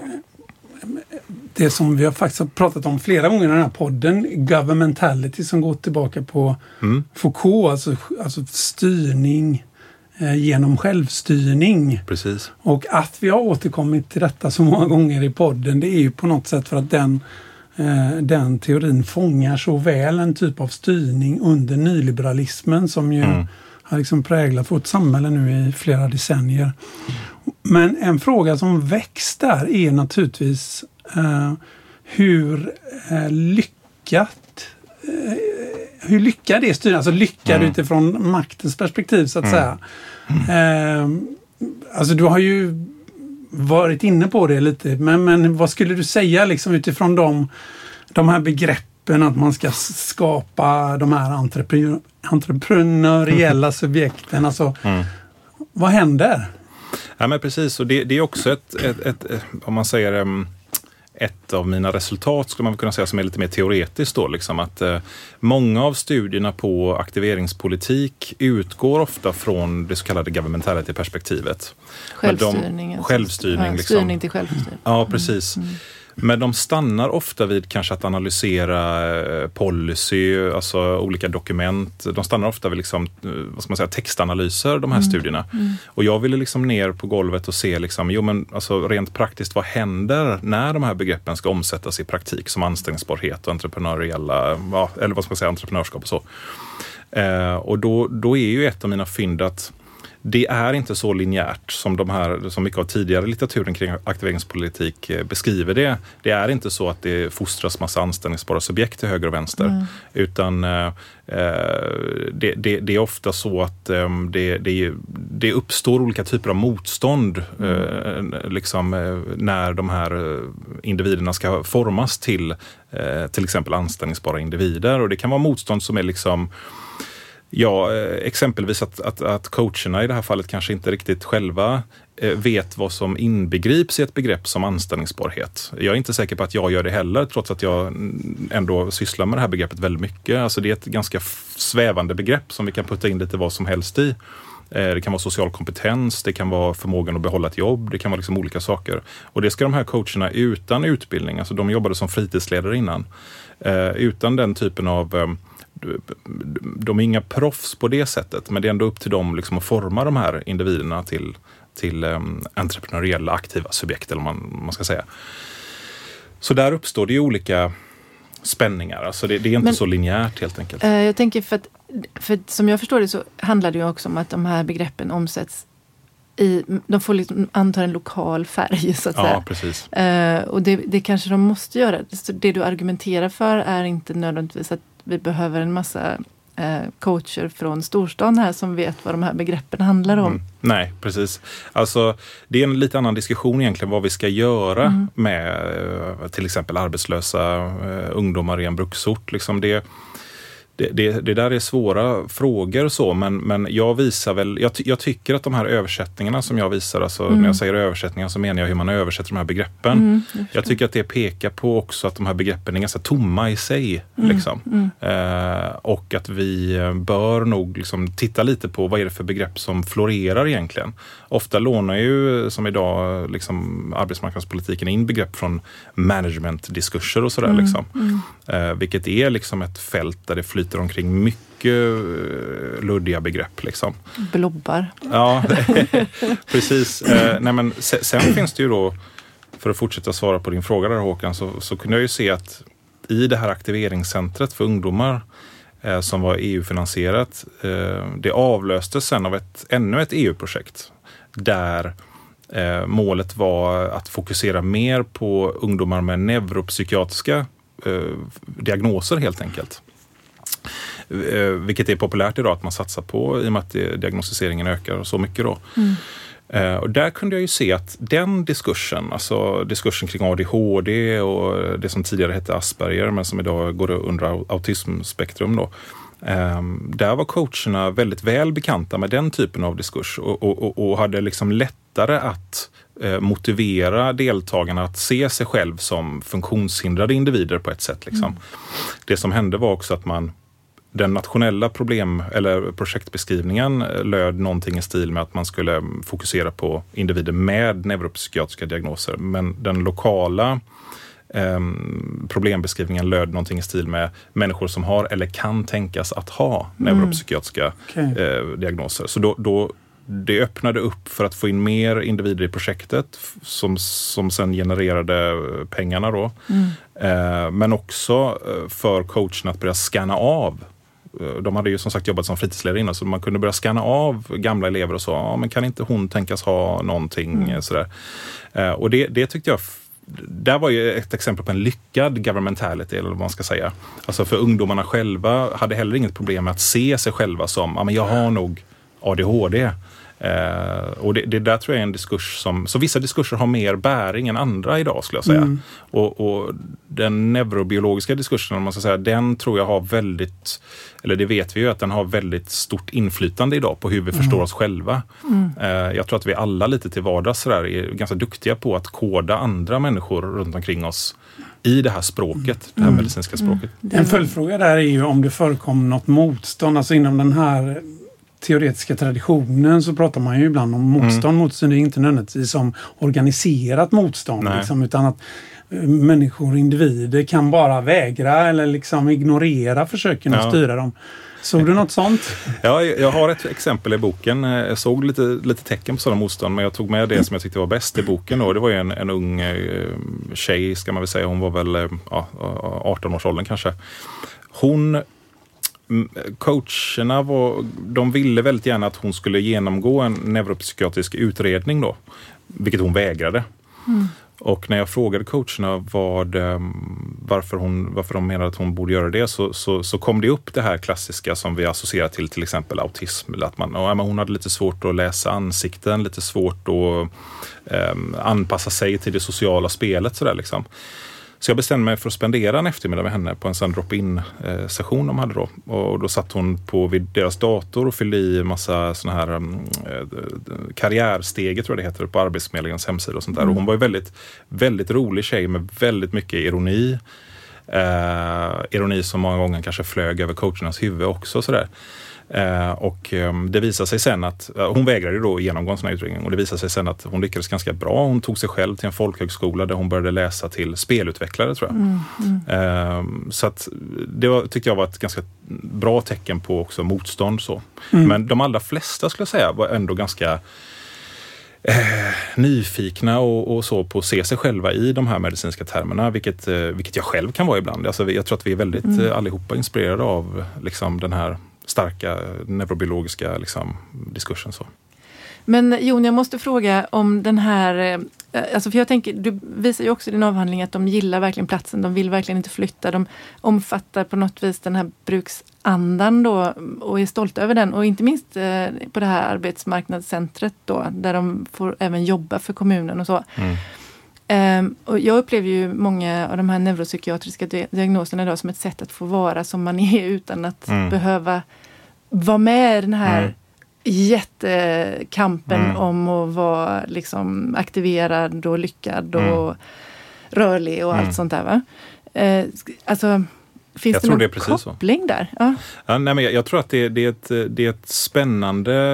[SPEAKER 2] det som vi har faktiskt pratat om flera gånger i den här podden, governmentality, som går tillbaka på mm. Foucault, alltså, alltså styrning eh, genom självstyrning.
[SPEAKER 3] Precis.
[SPEAKER 2] Och att vi har återkommit till detta så många gånger i podden, det är ju på något sätt för att den, eh, den teorin fångar så väl en typ av styrning under nyliberalismen som ju mm. har liksom präglat vårt samhälle nu i flera decennier. Mm. Men en fråga som väcks där är naturligtvis Uh, hur uh, lyckat uh, hur lyckad är styrningen, alltså lyckad mm. utifrån maktens perspektiv så att mm. säga. Uh, alltså du har ju varit inne på det lite, men, men vad skulle du säga liksom utifrån de, de här begreppen att man ska skapa de här entreprenör, entreprenöriella mm. subjekten, alltså mm. vad händer?
[SPEAKER 3] Ja men precis, och det, det är också ett, ett, ett, ett om man säger um, ett av mina resultat skulle man kunna säga som är lite mer teoretiskt då, liksom att eh, många av studierna på aktiveringspolitik utgår ofta från det så kallade governmentality-perspektivet.
[SPEAKER 1] Självstyrning.
[SPEAKER 3] De, självstyrning.
[SPEAKER 1] Ja,
[SPEAKER 3] liksom.
[SPEAKER 1] Styrning till självstyrning.
[SPEAKER 3] Ja, precis. Mm. Mm. Men de stannar ofta vid kanske att analysera policy, alltså olika dokument. De stannar ofta vid liksom, vad ska man säga, textanalyser, de här mm. studierna. Mm. Och jag ville liksom ner på golvet och se liksom, jo men alltså rent praktiskt, vad händer när de här begreppen ska omsättas i praktik som anställningsbarhet och entreprenöriella, ja, eller vad ska man säga, entreprenörskap och så. Eh, och då, då är ju ett av mina fynd att det är inte så linjärt som de här, som mycket av tidigare litteraturen kring aktiveringspolitik beskriver det. Det är inte så att det fostras massa anställningsbara subjekt till höger och vänster. Mm. Utan eh, det, det, det är ofta så att eh, det, det, det uppstår olika typer av motstånd mm. eh, liksom, eh, när de här individerna ska formas till eh, till exempel anställningsbara individer. Och det kan vara motstånd som är liksom ja, exempelvis att, att, att coacherna i det här fallet kanske inte riktigt själva eh, vet vad som inbegrips i ett begrepp som anställningsbarhet. Jag är inte säker på att jag gör det heller, trots att jag ändå sysslar med det här begreppet väldigt mycket. Alltså det är ett ganska svävande begrepp som vi kan putta in lite vad som helst i. Eh, det kan vara social kompetens, det kan vara förmågan att behålla ett jobb, det kan vara liksom olika saker. Och det ska de här coacherna utan utbildning, alltså de jobbade som fritidsledare innan, eh, utan den typen av eh, de är inga proffs på det sättet, men det är ändå upp till dem liksom att forma de här individerna till, till um, entreprenöriella aktiva subjekt, eller man, man ska säga. Så där uppstår det ju olika spänningar. Alltså det, det är inte
[SPEAKER 1] Men,
[SPEAKER 3] så linjärt helt enkelt.
[SPEAKER 1] Eh, jag tänker för att, för som jag förstår det så handlar det ju också om att de här begreppen omsätts i, de får liksom anta en lokal färg så att
[SPEAKER 3] ja,
[SPEAKER 1] säga.
[SPEAKER 3] Precis.
[SPEAKER 1] Eh, och det, det kanske de måste göra. Så det du argumenterar för är inte nödvändigtvis att vi behöver en massa eh, coacher från storstan här som vet vad de här begreppen handlar om.
[SPEAKER 3] Mm. Nej, precis. Alltså, det är en lite annan diskussion egentligen vad vi ska göra mm. med eh, till exempel arbetslösa eh, ungdomar i en bruksort. Liksom det Det, det, det där är svåra frågor och så, men, men jag visar väl, jag, ty, jag tycker att de här översättningarna som jag visar, alltså mm. när jag säger översättningar så menar jag hur man översätter de här begreppen. Mm, jag, jag tycker att det pekar på också att de här begreppen är ganska tomma i sig. Mm, liksom. mm. Eh, och att vi bör nog liksom titta lite på vad är det för begrepp som florerar egentligen. Ofta lånar ju, som idag, liksom, arbetsmarknadspolitiken in begrepp från managementdiskurser och sådär. Mm, liksom. mm. Eh, vilket är liksom ett fält där det flyter omkring mycket luddiga begrepp. Liksom.
[SPEAKER 1] Blobbar.
[SPEAKER 3] Ja, precis. Eh, nej men, sen, sen finns det ju då, för att fortsätta svara på din fråga där Håkan, så, så kunde jag ju se att i det här aktiveringscentret för ungdomar eh, som var E U-finansierat, eh, det avlöstes sen av ett, ännu ett E U-projekt där eh, målet var att fokusera mer på ungdomar med neuropsykiatriska eh, diagnoser helt enkelt. Eh, vilket är populärt idag att man satsar på i och med att diagnostiseringen ökar så mycket då. Mm. Uh, och där kunde jag ju se att den diskursen, alltså diskursen kring A D H D och det som tidigare hette Asperger men som idag går under autismspektrum då. Um, där var coacherna väldigt väl bekanta med den typen av diskurs och, och, och, och hade liksom lättare att uh, motivera deltagarna att se sig själv som funktionshindrade individer på ett sätt. Liksom. Mm. Det som hände var också att man den nationella problem eller projektbeskrivningen löd någonting i stil med att man skulle fokusera på individer med neuropsykiatriska diagnoser. Men den lokala eh, problembeskrivningen löd någonting i stil med människor som har eller kan tänkas att ha mm. neuropsykiatriska okay. eh, diagnoser. Så då, då det öppnade upp för att få in mer individer i projektet som, som sen genererade pengarna då. Mm. Eh, men också för coachen att börja scanna av. De hade ju som sagt jobbat som fritidsledare innan så man kunde börja scanna av gamla elever och så, ja men kan inte hon tänkas ha någonting mm. sådär. Eh, och det, det tyckte jag, där var ju ett exempel på en lyckad governmentality eller vad man ska säga. Alltså för ungdomarna själva hade heller inget problem med att se sig själva som, ja men jag har nog A D H D. Uh, och det, det där tror jag är en diskurs som, så vissa diskurser har mer bäring än andra idag skulle jag säga. Mm. Och, och den neurobiologiska diskursen, om man ska säga, den tror jag har väldigt, eller det vet vi ju att den har väldigt stort inflytande idag på hur vi mm. förstår oss själva. Mm. Uh, jag tror att vi alla lite till vardags sådär är ganska duktiga på att koda andra människor runt omkring oss i det här språket, mm. det här medicinska språket.
[SPEAKER 2] Mm. En följdfråga där är ju om det förekommer något motstånd, alltså inom den här teoretiska traditionen så pratar man ju ibland om motstånd. Mm. Motstånd är inte nödvändigtvis som organiserat motstånd liksom, utan att uh, människor, individer kan bara vägra eller liksom ignorera försöken ja. Att styra dem. Såg du något sånt?
[SPEAKER 3] Ja, jag har ett exempel i boken. Jag såg lite, lite tecken på sådana motstånd, men jag tog med det som jag tyckte var bäst i boken. Då. Det var ju en, en ung tjej, ska man väl säga. Hon var väl ja, arton-årsåldern kanske. Hon coacherna var, de ville väldigt gärna att hon skulle genomgå en neuropsykiatrisk utredning då, vilket hon vägrade. Mm. Och när jag frågade coacherna vad, varför, hon, varför de menade att hon borde göra det så, så, så kom det upp det här klassiska som vi associerar till till exempel autism. Att man, ja, men hon hade lite svårt att läsa ansikten, lite svårt att eh, anpassa sig till det sociala spelet. Sådär, liksom. Så jag bestämde mig för att spendera en eftermiddag med henne på en sån drop-in-session de hade då. Och då satt hon på vid deras dator och fyllde i en massa såna här äh, karriärstege, tror jag det heter, på Arbetsförmedlingens hemsida och sånt där. Mm. Och hon var ju väldigt, väldigt rolig tjej med väldigt mycket ironi. Eh, ironi som många gånger kanske flög över coachernas huvud också sådär. Uh, och um, det visade sig sen att uh, hon vägrade då genomgå en sån här utredning och det visade sig sen att hon lyckades ganska bra. Hon tog sig själv till en folkhögskola där hon började läsa till spelutvecklare tror jag. Mm, mm. Uh, så att det var, tyckte jag var ett ganska bra tecken på också motstånd så. Mm. Men de allra flesta skulle jag säga var ändå ganska eh, nyfikna och, och så på att se sig själva i de här medicinska termerna, vilket, eh, vilket jag själv kan vara ibland. Alltså, jag tror att vi är väldigt mm. eh, allihopa inspirerade av liksom, den här starka neurobiologiska liksom, diskursen. Så.
[SPEAKER 1] Men Jon, jag måste fråga om den här, alltså för jag tänker, du visar ju också i din avhandling att de gillar verkligen platsen, de vill verkligen inte flytta, de omfattar på något vis den här bruksandan då och är stolta över den, och inte minst på det här arbetsmarknadscentret då, där de får även jobba för kommunen och så. Mm. Um, och jag upplever ju många av de här neuropsykiatriska diagnoserna idag som ett sätt att få vara som man är utan att mm. behöva vara med i den här mm. jättekampen mm. om att vara liksom aktiverad och lyckad och mm. rörlig och mm. allt sånt där, va? Uh, alltså, finns jag det någon det koppling så. Där? Ja.
[SPEAKER 3] Ja, nej, men jag, jag tror att det, det, är ett, det är ett spännande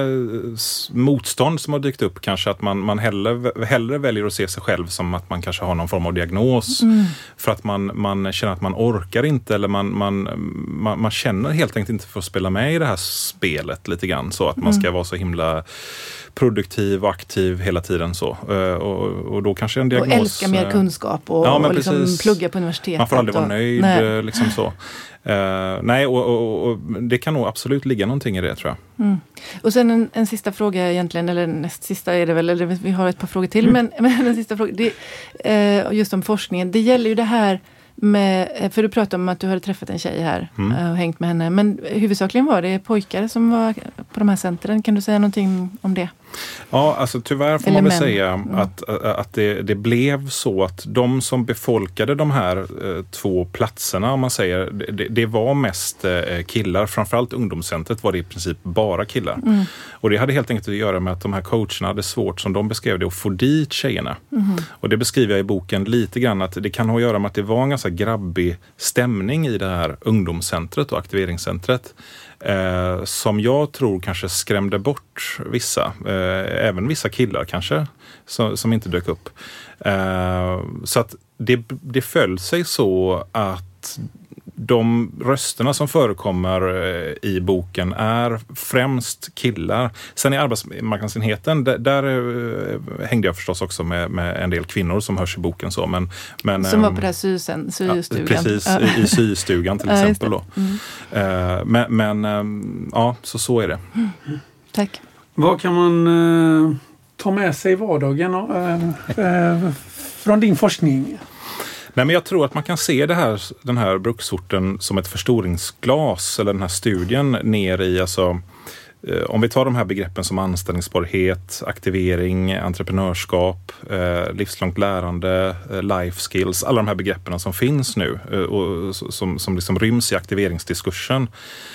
[SPEAKER 3] motstånd som har dykt upp. Kanske att man, man hellre, hellre väljer att se sig själv som att man kanske har någon form av diagnos. Mm. För att man, man känner att man orkar inte, eller man, man, man, man känner helt enkelt inte för att spela med i det här spelet lite grann. Så att man ska mm. vara så himla produktiv och aktiv hela tiden så. Och, och då kanske en diagnos...
[SPEAKER 1] Och älska mer kunskap och, ja, och liksom plugga på universitetet.
[SPEAKER 3] Man får aldrig vara
[SPEAKER 1] och,
[SPEAKER 3] nöjd, nej. Liksom så. Uh, nej, och, och, och det kan nog absolut ligga någonting i det, tror jag.
[SPEAKER 1] Mm. Och sen en, en sista fråga egentligen, eller näst sista är det väl, eller vi har ett par frågor till, mm. men, men den sista frågan, det, uh, just om forskningen, det gäller ju det här med, för du pratade om att du hade träffat en tjej här mm. och hängt med henne, men huvudsakligen var det pojkar som var på de här centren. Kan du säga någonting om det?
[SPEAKER 3] Ja, alltså tyvärr får Eller man väl män. säga mm. att, att det, det blev så att de som befolkade de här eh, två platserna, om man säger, det, det var mest eh, killar. Framförallt ungdomscentret var det i princip bara killar. Mm. Och det hade helt enkelt att göra med att de här coacherna hade svårt, som de beskrev det, att få dit tjejerna. Mm. Och det beskriver jag i boken lite grann, att det kan ha att göra med att det var en ganska grabbig stämning i det här ungdomscentret och aktiveringscentret. Eh, som jag tror kanske skrämde bort vissa, eh, även vissa killar kanske, som, som inte dök upp. Eh, så att det, det föll sig så att de rösterna som förekommer i boken är främst killar. Sen i arbetsmarknadsenheten, där, där hängde jag förstås också med, med en del kvinnor som hörs i boken. Så, men, men,
[SPEAKER 1] som var på det här sysen, systugan.
[SPEAKER 3] Ja, precis, i, i systugan till exempel. Då. Mm. Men, men ja, så, så är det. Mm.
[SPEAKER 1] Tack.
[SPEAKER 2] Vad kan man uh, ta med sig i vardagen uh, uh, från din forskning?
[SPEAKER 3] Nej, men jag tror att man kan se det här, den här bruksorten som ett förstoringsglas, eller den här studien ner i, alltså, eh, om vi tar de här begreppen som anställningsbarhet, aktivering, entreprenörskap, eh, livslångt lärande, eh, life skills, alla de här begreppen som finns nu eh, och som, som liksom ryms i aktiveringsdiskursen.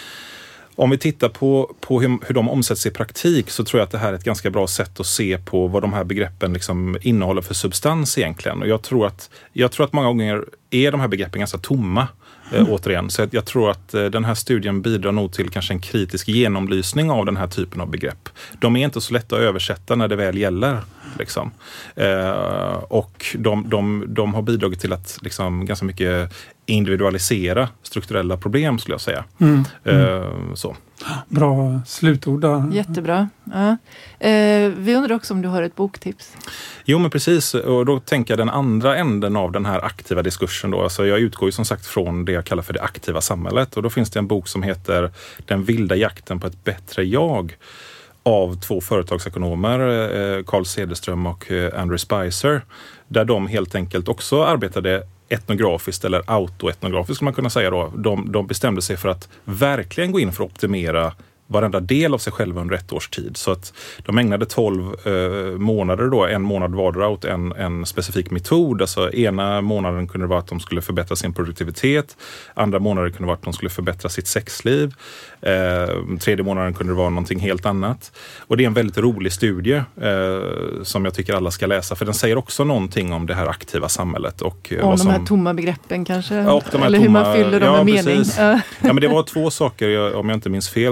[SPEAKER 3] Om vi tittar på, på hur, hur de omsätts i praktik, så tror jag att det här är ett ganska bra sätt att se på vad de här begreppen liksom innehåller för substans egentligen. Och jag tror att, jag tror att många gånger är de här begreppen ganska tomma. Mm. Eh, återigen. Så jag tror att eh, den här studien bidrar nog till kanske en kritisk genomlysning av den här typen av begrepp. De är inte så lätta att översätta när det väl gäller. Liksom. Eh, och de, de, de har bidragit till att liksom, ganska mycket individualisera strukturella problem, skulle jag säga. Mm. Mm. Eh, så.
[SPEAKER 2] Bra slutord där.
[SPEAKER 1] Jättebra. Ja. Eh, vi undrar också om du har ett boktips.
[SPEAKER 3] Jo, men precis. Och då tänker jag den andra änden av den här aktiva diskursen. Då. Alltså jag utgår ju som sagt från det jag kallar för det aktiva samhället. Och då finns det en bok som heter Den vilda jakten på ett bättre jag, av två företagsekonomer, Carl Cederström och Andrew Spicer, där de helt enkelt också arbetade etnografiskt eller autoetnografiskt, skulle man kunna säga då. De, de bestämde sig för att verkligen gå in för att optimera varenda del av sig själva under ett års tid. Så att de ägnade tolv eh, månader då, en månad vardera åt en, en specifik metod. Alltså ena månaden kunde det vara att de skulle förbättra sin produktivitet. Andra månaden kunde det vara att de skulle förbättra sitt sexliv. Eh, tredje månaden kunde det vara någonting helt annat. Och det är en väldigt rolig studie eh, som jag tycker alla ska läsa. För den säger också någonting om det här aktiva samhället. Och,
[SPEAKER 1] och vad
[SPEAKER 3] som,
[SPEAKER 1] de här tomma begreppen kanske?
[SPEAKER 3] Ja, de här
[SPEAKER 1] eller
[SPEAKER 3] tomma,
[SPEAKER 1] hur man fyller dem
[SPEAKER 3] ja,
[SPEAKER 1] med mening.
[SPEAKER 3] Ja, men det var två saker, om jag inte minns fel, som de kom fram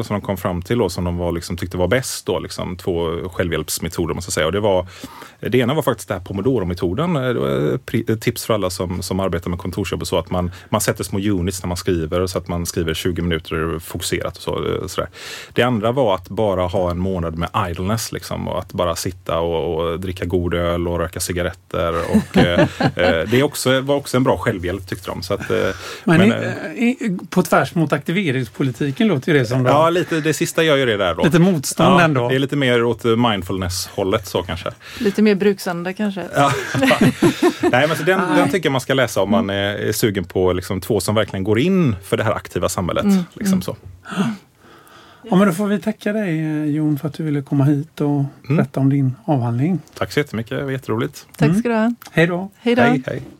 [SPEAKER 3] fram till då, som de var, liksom, tyckte var bäst då, liksom, två självhjälpsmetoder måste jag säga. Och det, var, det ena var faktiskt det här Pomodoro-metoden. Det var ett tips för alla som, som arbetar med kontorsjobb och så, att man, man sätter små units när man skriver, så att man skriver tjugo minuter fokuserat och så, sådär. Det andra var att bara ha en månad med idleness liksom, och att bara sitta och, och dricka god öl och röka cigaretter. Och, eh, det är också, var också en bra självhjälp tyckte de. Så att, eh,
[SPEAKER 2] men
[SPEAKER 3] men
[SPEAKER 2] i, i, på tvärs mot aktiveringspolitiken låter ju det som då.
[SPEAKER 3] Ja, lite, det sista gör ju det där då.
[SPEAKER 2] Lite motstånd
[SPEAKER 3] ja,
[SPEAKER 2] ändå.
[SPEAKER 3] Det är lite mer åt mindfulness-hållet så kanske.
[SPEAKER 1] Lite mer bruksanda kanske.
[SPEAKER 3] Ja. Nej, men så den, den tycker jag man ska läsa om man är, är sugen på liksom, två som verkligen går in för det här aktiva samhället. Mm. Liksom mm. så.
[SPEAKER 2] Ja, men då får vi tacka dig, Jon, för att du ville komma hit och berätta mm. om din avhandling.
[SPEAKER 3] Tack så jättemycket, det var jätteroligt.
[SPEAKER 1] Tack ska du ha.
[SPEAKER 2] Hej då.
[SPEAKER 1] Hej då.
[SPEAKER 3] Hej, hej.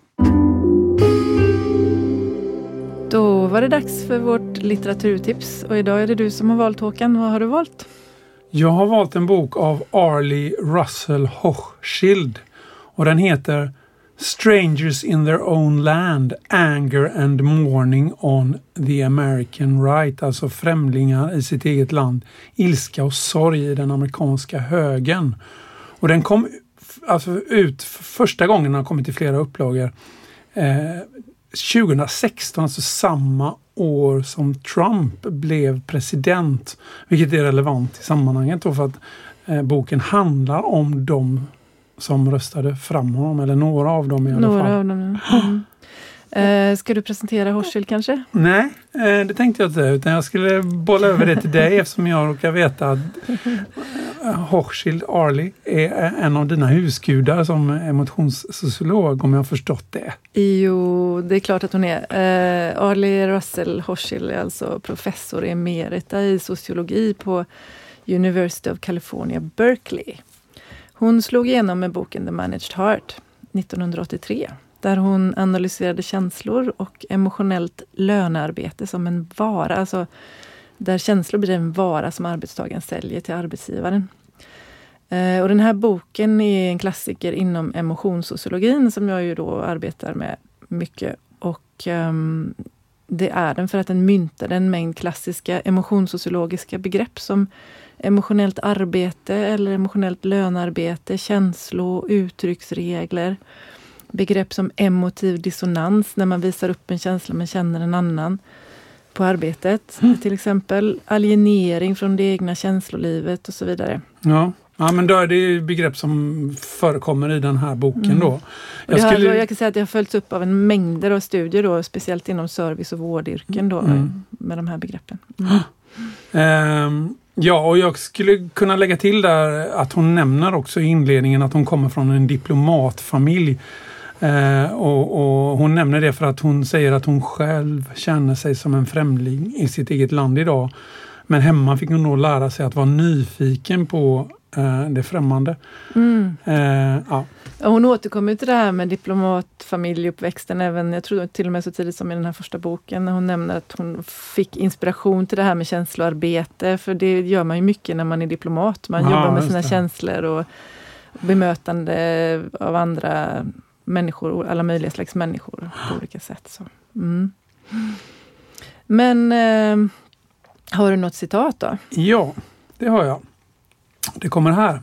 [SPEAKER 1] Då var det dags för vårt litteraturtips. Och idag är det du som har valt, Håkan. Vad har du valt?
[SPEAKER 2] Jag har valt en bok av Arlie Russell Hochschild. Och den heter Strangers in their own land, anger and mourning on the American right. Alltså främlingar i sitt eget land, ilska och sorg i den amerikanska högern. Och den kom alltså ut första gången, den har kommit i flera upplagor, eh, tjugohundrasexton, alltså samma år som Trump blev president. Vilket är relevant i sammanhanget då, för att eh, boken handlar om dem som röstade fram honom, eller några av dem i alla
[SPEAKER 1] några
[SPEAKER 2] fall.
[SPEAKER 1] Av dem, ja. Mm. Eh, ska du presentera Hochschild kanske?
[SPEAKER 2] Nej, eh, det tänkte jag inte, utan jag skulle bolla över det till dig eftersom jag råkar veta att eh, Hochschild Arlie är en av dina husgudar som emotionssociolog, om jag har förstått det.
[SPEAKER 1] Jo, det är klart att hon är. Eh, Arlie Russell Hochschild är alltså professor emerita i sociologi på University of California, Berkeley. Hon slog igenom med boken The Managed Heart nittonhundraåttiotre, där hon analyserade känslor och emotionellt lönearbete som en vara, alltså där känslor blir en vara som arbetstagaren säljer till arbetsgivaren. Eh, och den här boken är en klassiker inom emotionssociologin som jag ju då arbetar med mycket, och um, det är den för att den myntade en mängd klassiska emotionssociologiska begrepp som emotionellt arbete eller emotionellt lönearbete, känslo- uttrycksregler, begrepp som emotiv dissonans när man visar upp en känsla men känner en annan på arbetet, mm. till exempel alienering från det egna känslolivet och så vidare.
[SPEAKER 2] Ja. Ja, men då är det begrepp som förekommer i den här boken mm. då.
[SPEAKER 1] Jag, jag, skulle... har, jag kan säga att det har följts upp av en mängder av studier då, speciellt inom service- och vårdyrken då, mm. med de här begreppen.
[SPEAKER 2] Mm. um, ja, och jag skulle kunna lägga till där att hon nämner också i inledningen att hon kommer från en diplomatfamilj. Uh, och, och hon nämner det för att hon säger att hon själv känner sig som en främling i sitt eget land idag. Men hemma fick hon nog lära sig att vara nyfiken på det främmande. Mm. Eh, ja.
[SPEAKER 1] Hon återkommer till det här med diplomatfamiljeuppväxten även, jag tror till och med så tidigt som i den här första boken, när hon nämner att hon fick inspiration till det här med känsloarbete, för det gör man ju mycket när man är diplomat. Man ja, jobbar med sina känslor och bemötande av andra människor, alla möjliga slags människor på olika sätt. Så. Mm. Men eh, har du något citat då?
[SPEAKER 2] Ja, det har jag. Det kommer här.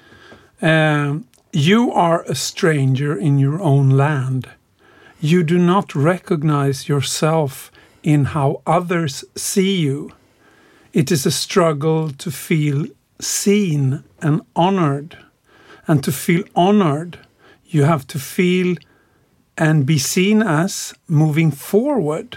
[SPEAKER 2] Uh, you are a stranger in your own land. You do not recognize yourself in how others see you. It is a struggle to feel seen and honored. And to feel honored, you have to feel and be seen as moving forward.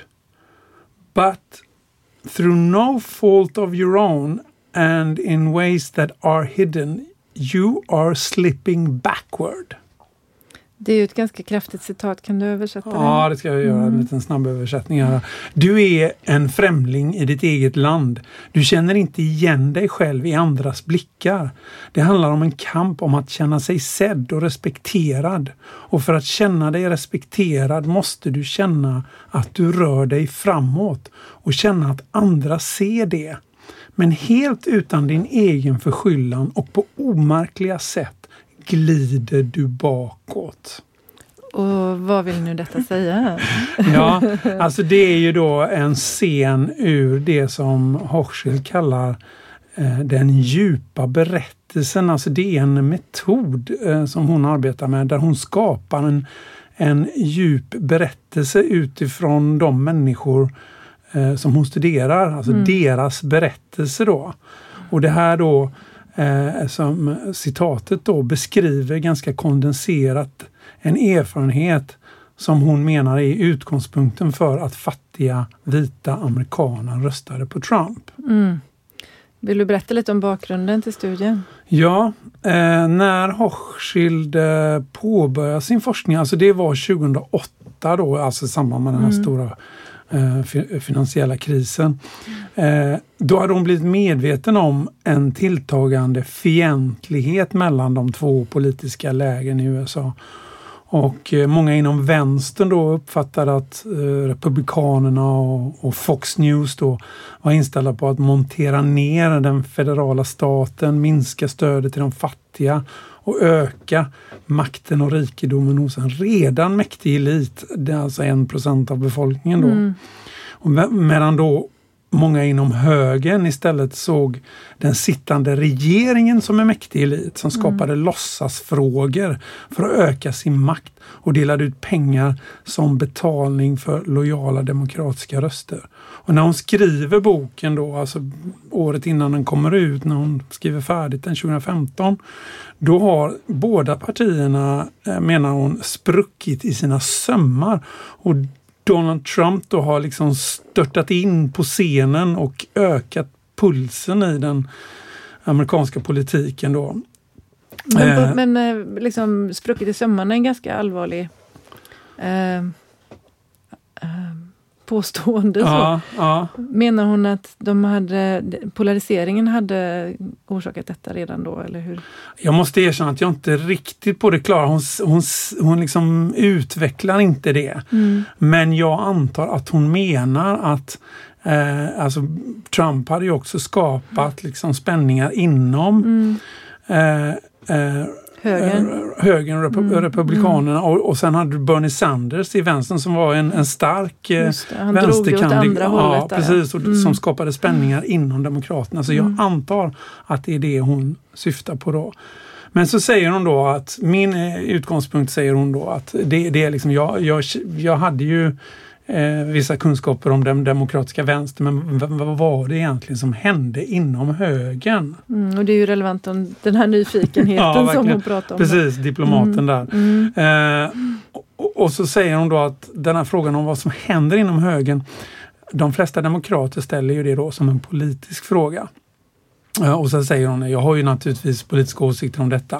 [SPEAKER 2] But through no fault of your own, and in ways that are hidden, you are slipping backward.
[SPEAKER 1] Det är ju ett ganska kraftigt citat. Kan du översätta det?
[SPEAKER 2] Ja, det ska jag göra. En liten snabb översättning här. Du är en främling i ditt eget land. Du känner inte igen dig själv i andras blickar. Det handlar om en kamp om att känna sig sedd och respekterad. Och för att känna dig respekterad måste du känna att du rör dig framåt. Och känna att andra ser det. Men helt utan din egen förskyllan och på omärkliga sätt glider du bakåt.
[SPEAKER 1] Och vad vill nu detta säga?
[SPEAKER 2] Ja, alltså det är ju då en scen ur det som Hochschild kallar eh, den djupa berättelsen. Alltså det är en metod eh, som hon arbetar med där hon skapar en, en djup berättelse utifrån de människor eh, som hon studerar. Alltså mm. deras berättelse då. Och det här då eh, som citatet då beskriver ganska kondenserat en erfarenhet som hon menar är utgångspunkten för att fattiga vita amerikaner röstade på Trump.
[SPEAKER 1] Mm. Vill du berätta lite om bakgrunden till studien?
[SPEAKER 2] Ja, eh, när Hochschild eh, påbörjade sin forskning, alltså det var tjugohundraåtta då, alltså i samband med den här mm. stora eh, fi- finansiella krisen. Eh, då hade hon blivit medveten om en tilltagande fientlighet mellan de två politiska lägren i U S A. Och eh, många inom vänstern då uppfattade att eh, republikanerna och, och Fox News då var inställda på att montera ner den federala staten, minska stödet till de fattiga och öka makten och rikedomen hos en redan mäktig elit. Det är alltså en procent av befolkningen då. Mm. Och med, medan då många inom högern istället såg den sittande regeringen som en mäktig elit som skapade mm. låtsasfrågor för att öka sin makt och delade ut pengar som betalning för lojala demokratiska röster. Och när hon skriver boken då, alltså året innan den kommer ut, när hon skriver färdigt den tjugohundrafemton, då har båda partierna, menar hon, spruckit i sina sömmar och Donald Trump då har liksom störtat in på scenen och ökat pulsen i den amerikanska politiken då.
[SPEAKER 1] Men, eh. men liksom spruckit i sömmarna är en ganska allvarlig eh, eh, påstående.
[SPEAKER 2] Ja,
[SPEAKER 1] så.
[SPEAKER 2] Ja.
[SPEAKER 1] Menar hon att de hade, polariseringen hade orsakat detta redan då, eller hur? Jag
[SPEAKER 2] måste erkänna att jag inte riktigt på det klara. Hon, hon, hon liksom utvecklar inte det. Mm. Men jag antar att hon menar att eh, alltså Trump hade ju också skapat liksom spänningar inom mm. eh, eh,
[SPEAKER 1] Högern,
[SPEAKER 2] högern rep- mm. republikanerna och, och sen hade du Bernie Sanders i vänstern som var en, en stark vänsterkandidat. Ja, precis, och, mm. som skapade spänningar inom demokraterna. Så jag mm. antar att det är det hon syftar på då. Men så säger hon då att, min utgångspunkt säger hon då att det, det är liksom, jag, jag, jag hade ju Eh, vissa kunskaper om den demokratiska vänster, men v- vad var det egentligen som hände inom högern?
[SPEAKER 1] Mm, och det är ju relevant om den här nyfikenheten ja, som hon pratar om.
[SPEAKER 2] Precis, diplomaten mm. där. Mm. Eh, och, och så säger hon då att den här frågan om vad som händer inom högern, de flesta demokrater ställer ju det då som en politisk fråga. Eh, och så säger hon, jag har ju naturligtvis politiska åsikter om detta.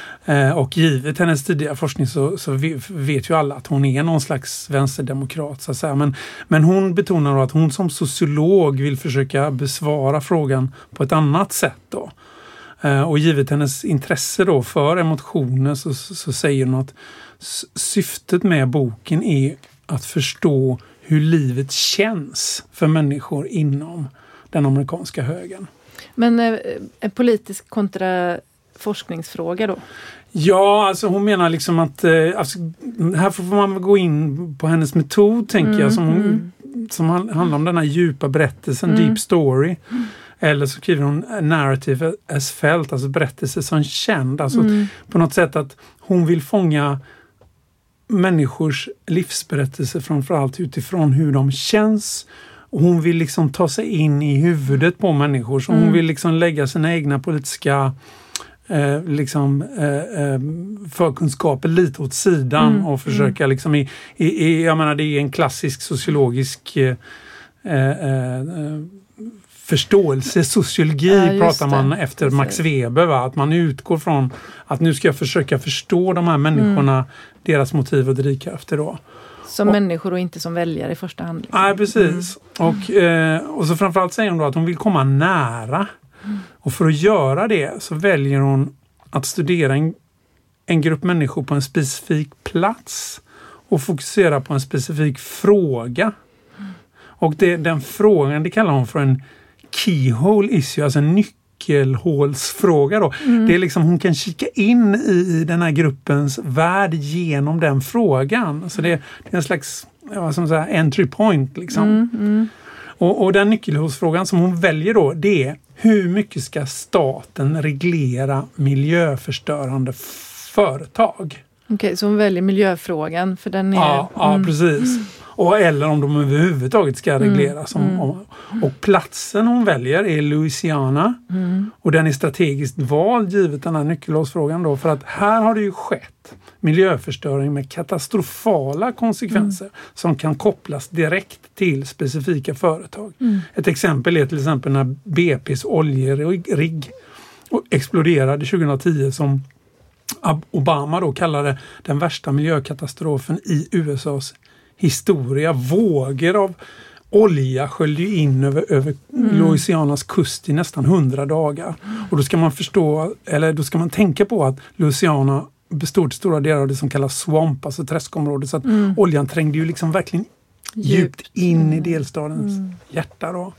[SPEAKER 2] Och givet hennes tidiga forskning så, så vet ju alla att hon är någon slags vänsterdemokrat så att säga. Men, men hon betonar då att hon som sociolog vill försöka besvara frågan på ett annat sätt då. Och givet hennes intresse då för emotioner så, så säger hon att syftet med boken är att förstå hur livet känns för människor inom den amerikanska högern.
[SPEAKER 1] Men eh, politisk kontra forskningsfråga då?
[SPEAKER 2] Ja, alltså hon menar liksom att eh, alltså, här får man gå in på hennes metod, tänker mm, jag, som, hon, mm. som handlar om den här djupa berättelsen, mm. deep story. Mm. Eller så skriver hon narrative as felt, alltså berättelse som känd. Alltså mm. på något sätt att hon vill fånga människors livsberättelse framförallt utifrån hur de känns. Och hon vill liksom ta sig in i huvudet på människor. Så mm. hon vill liksom lägga sina egna politiska Eh, liksom, eh, förkunskaper lite åt sidan mm, och försöka mm. liksom i, i, i, jag menar det är en klassisk sociologisk eh, eh, förståelse, sociologi ja, pratar man det. efter Precis. Max Weber, va? Att man utgår från att nu ska jag försöka förstå de här människorna, mm. deras motiv och drivkrafter då.
[SPEAKER 1] Som
[SPEAKER 2] och,
[SPEAKER 1] människor och inte som väljare i första hand.
[SPEAKER 2] Liksom. Ja, precis. Mm. Och, eh, och så framförallt säger hon då att hon vill komma nära. Mm. Och för att göra det så väljer hon att studera en, en grupp människor på en specifik plats och fokusera på en specifik fråga. Mm. Och det, den frågan, det kallar hon för en keyhole issue, alltså en nyckelhålsfråga då. Mm. Det är liksom, hon kan kika in i den här gruppens värld genom den frågan. Så det, det är en slags, ja, som så här, entry point liksom. Mm, mm. Och, och den nyckelhålsfrågan som hon väljer då, det är: hur mycket ska staten reglera miljöförstörande företag?
[SPEAKER 1] Okej, okay, så hon väljer miljöfrågan för den är...
[SPEAKER 2] Ja, ja mm. precis. Och, eller om de överhuvudtaget ska regleras. Mm. Om, och platsen hon väljer är Louisiana. Mm. Och den är strategiskt vald givet den här nyckelhålsfrågan då. För att här har det ju skett miljöförstöring med katastrofala konsekvenser mm. som kan kopplas direkt till specifika företag. Mm. Ett exempel är till exempel när B P:s oljerigg exploderade tjugohundratio som Obama då kallade den värsta miljökatastrofen i U S A:s historia. Vågor av olja sköljde in över, över mm. Louisianas kust i nästan hundra dagar. Och då ska man förstå, eller då ska man tänka på att Louisiana består till stora delar av det som kallas swamp, alltså träskområdet. Så att mm. oljan trängde ju liksom verkligen djupt, djupt in i delstadens mm. hjärta då.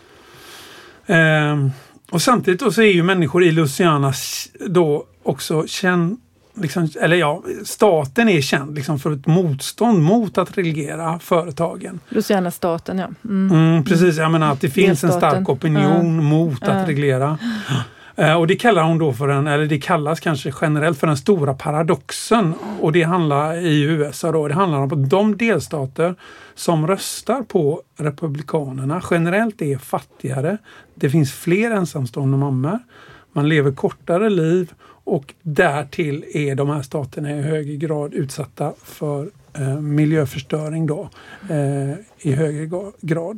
[SPEAKER 2] Ehm, och samtidigt då så är ju människor i Louisiana då också känd, liksom, eller ja, staten är känd liksom för ett motstånd mot att reglera företagen.
[SPEAKER 1] Louisiana staten, ja. Mm.
[SPEAKER 2] Mm, precis, jag menar att det finns en stark opinion uh. mot uh. att reglera. Uh, och det kallar hon då för en, eller det kallas kanske generellt för den stora paradoxen. Och det handlar i U S A då, det handlar om att de delstater som röstar på republikanerna generellt är fattigare. Det finns fler ensamstående mammor. Man lever kortare liv. Och därtill är de här staterna i högre grad utsatta för eh, miljöförstöring då, eh, i högre grad.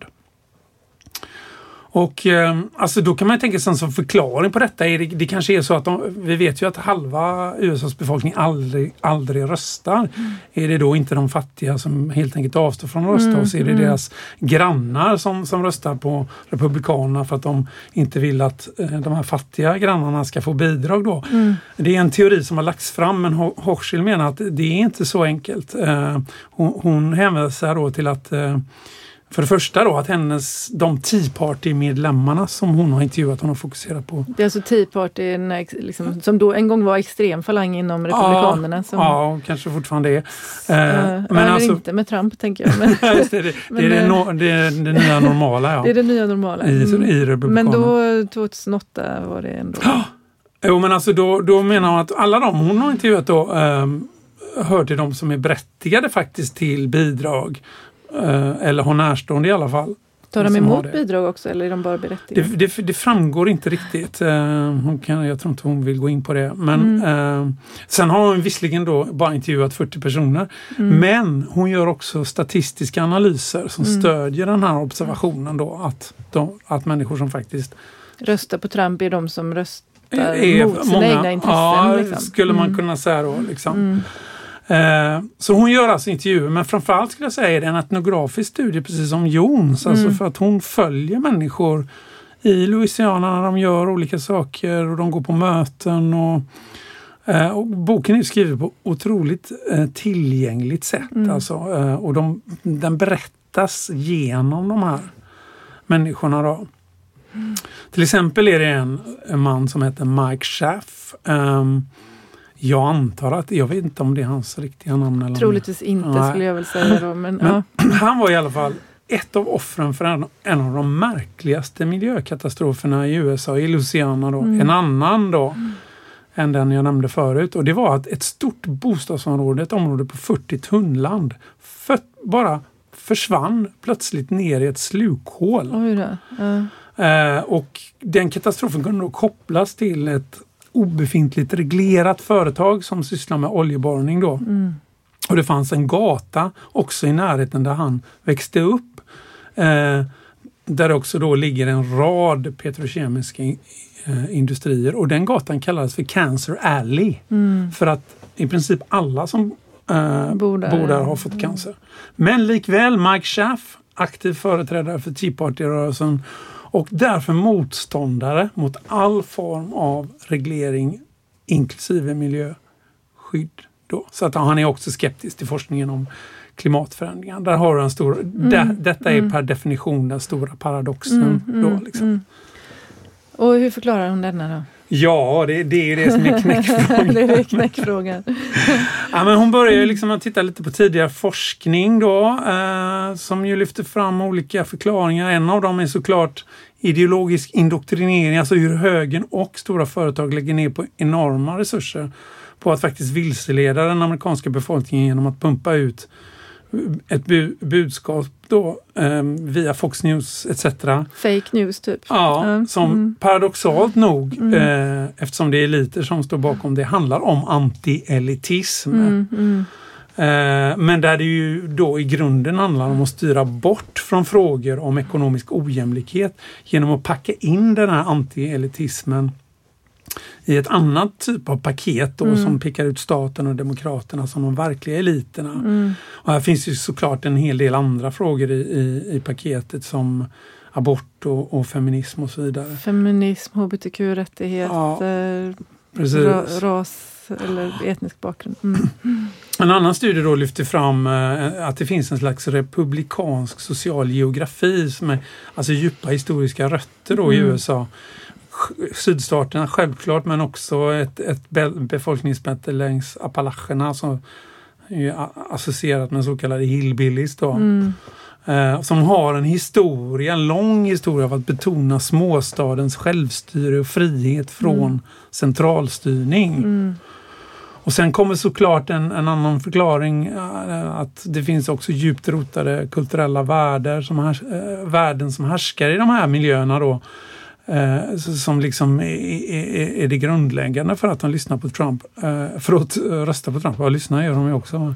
[SPEAKER 2] Och eh, alltså då kan man tänka sig som förklaring på detta. Är det, det kanske är så att de, vi vet ju att halva U S A:s befolkning aldrig, aldrig röstar. Mm. Är det då inte de fattiga som helt enkelt avstår från att rösta? Mm. Och så är det mm. deras grannar som, som röstar på republikanerna för att de inte vill att eh, de här fattiga grannarna ska få bidrag då. Mm. Det är en teori som har lagts fram, men Hochschild menar att det är inte så enkelt. Eh, hon, hon hänvisar då till att eh, för det första då att hennes, de Tea Party-medlemmarna som hon har intervjuat, hon har fokuserat på.
[SPEAKER 1] Det är alltså Tea Party liksom, som då en gång var extrem falang inom republikanerna.
[SPEAKER 2] Ja,
[SPEAKER 1] som,
[SPEAKER 2] ja kanske fortfarande är.
[SPEAKER 1] Uh, men eller alltså, inte med Trump tänker jag. Men,
[SPEAKER 2] just det, det, men, det, är det, no, det är det nya normala. Ja.
[SPEAKER 1] Det är det nya normala.
[SPEAKER 2] I, mm. i republikanerna.
[SPEAKER 1] Men då tjugohundraåtta var det ändå.
[SPEAKER 2] Ja, jo, men alltså då, då menar hon att alla de hon har intervjuat då um, hör till de som är berättigade faktiskt till bidrag. Eller har närstående i alla fall.
[SPEAKER 1] Tar de emot bidrag också eller är de bara berättigade?
[SPEAKER 2] Det, det, det framgår inte riktigt. Hon kan, jag tror inte hon vill gå in på det. Men mm. eh, sen har hon visserligen då bara intervjuat fyrtio personer. Mm. Men hon gör också statistiska analyser som mm. stödjer den här observationen då. Att, de, att människor som faktiskt
[SPEAKER 1] röstar på Trump är de som röstar är mot sina många, egna intressen.
[SPEAKER 2] Ja,
[SPEAKER 1] liksom.
[SPEAKER 2] skulle man
[SPEAKER 1] mm.
[SPEAKER 2] kunna säga då. Liksom.
[SPEAKER 1] Mm.
[SPEAKER 2] Eh, så hon gör alltså intervjuer, men framförallt skulle jag säga är det en etnografisk studie precis som Jons, mm. alltså för att hon följer människor i Louisiana när de gör olika saker och de går på möten och, eh, och boken är skriven på otroligt eh, tillgängligt sätt mm. alltså, eh, och de, den berättas genom de här människorna då. Mm. Till exempel är det en, en man som heter Mike Schaff. Um, Jag antar att, jag vet inte om det är hans riktiga namn. Eller
[SPEAKER 1] troligtvis inte Nej. skulle jag väl säga då. Men,
[SPEAKER 2] men
[SPEAKER 1] ja.
[SPEAKER 2] Han var i alla fall ett av offren för en, en av de märkligaste miljökatastroferna i U S A, i Louisiana då. Mm. En annan då, mm. än den jag nämnde förut. Och det var att ett stort bostadsområde, ett område på fyrtio tunnland, för, bara försvann plötsligt ner i ett slukhål.
[SPEAKER 1] Oj då. Ja.
[SPEAKER 2] Eh, och den katastrofen kunde då kopplas till ett obefintligt reglerat företag som sysslar med oljeborrning då. Mm. Och det fanns en gata också i närheten där han växte upp. Eh, där också då ligger en rad petrokemiska eh, industrier. Och den gatan kallades för Cancer Alley. Mm. För att i princip alla som eh, bor, där. bor där har fått cancer. Mm. Men likväl Mike Schaff, aktiv företrädare för Tea Party-rörelsen, och därför motståndare mot all form av reglering inklusive miljöskydd. Då. Så att han är också skeptisk till forskningen om klimatförändringar. Där har du en stor, mm. där, detta är mm. per definition den stora paradoxen. Mm, mm, då, liksom. mm.
[SPEAKER 1] Och hur förklarar hon denna då?
[SPEAKER 2] Ja, det, det är ju det som är knäckfrågan.
[SPEAKER 1] det är knäckfrågan.
[SPEAKER 2] Ja, men hon börjar ju liksom att titta lite på tidigare forskning då, eh, som ju lyfter fram olika förklaringar. En av dem är såklart ideologisk indoktrinering, alltså hur högern och stora företag lägger ner på enorma resurser på att faktiskt vilseleda den amerikanska befolkningen genom att pumpa ut ett bu- budskap då eh, via Fox News et cetera.
[SPEAKER 1] Fake news typ.
[SPEAKER 2] Ja, mm. som mm. paradoxalt nog, mm. eh, eftersom det är eliter som står bakom det, handlar om anti-elitism.
[SPEAKER 1] Mm. Mm.
[SPEAKER 2] Eh, men där det ju då i grunden handlar om att styra bort från frågor om ekonomisk ojämlikhet genom att packa in den här anti-elitismen i ett annat typ av paket då, mm. som pekar ut staten och demokraterna som de verkliga eliterna. Mm. Och här finns ju såklart en hel del andra frågor i, i, i paketet som abort och, och feminism och så vidare.
[SPEAKER 1] Feminism, H B T Q-rättigheter, ja, ra, ras eller etnisk bakgrund. Mm.
[SPEAKER 2] En annan studie då lyfter fram eh, att det finns en slags republikansk social geografi som är alltså djupa historiska rötter då mm. i U S A. Sydstaterna självklart, men också ett, ett befolkningsspätte längs Appalacherna som är associerat med så kallade hillbillies då. Mm. Eh, som har en historia, en lång historia av att betona småstadens självstyre och frihet från mm. centralstyrning. Mm. Och sen kommer såklart en, en annan förklaring äh, att det finns också djupt rotade kulturella värden som, härs, äh, värden som härskar i de här miljöerna då. Eh, som liksom är, är, är det grundläggande för att de lyssnar på Trump. Eh, för att rösta på Trump. Och lyssna gör de ju också.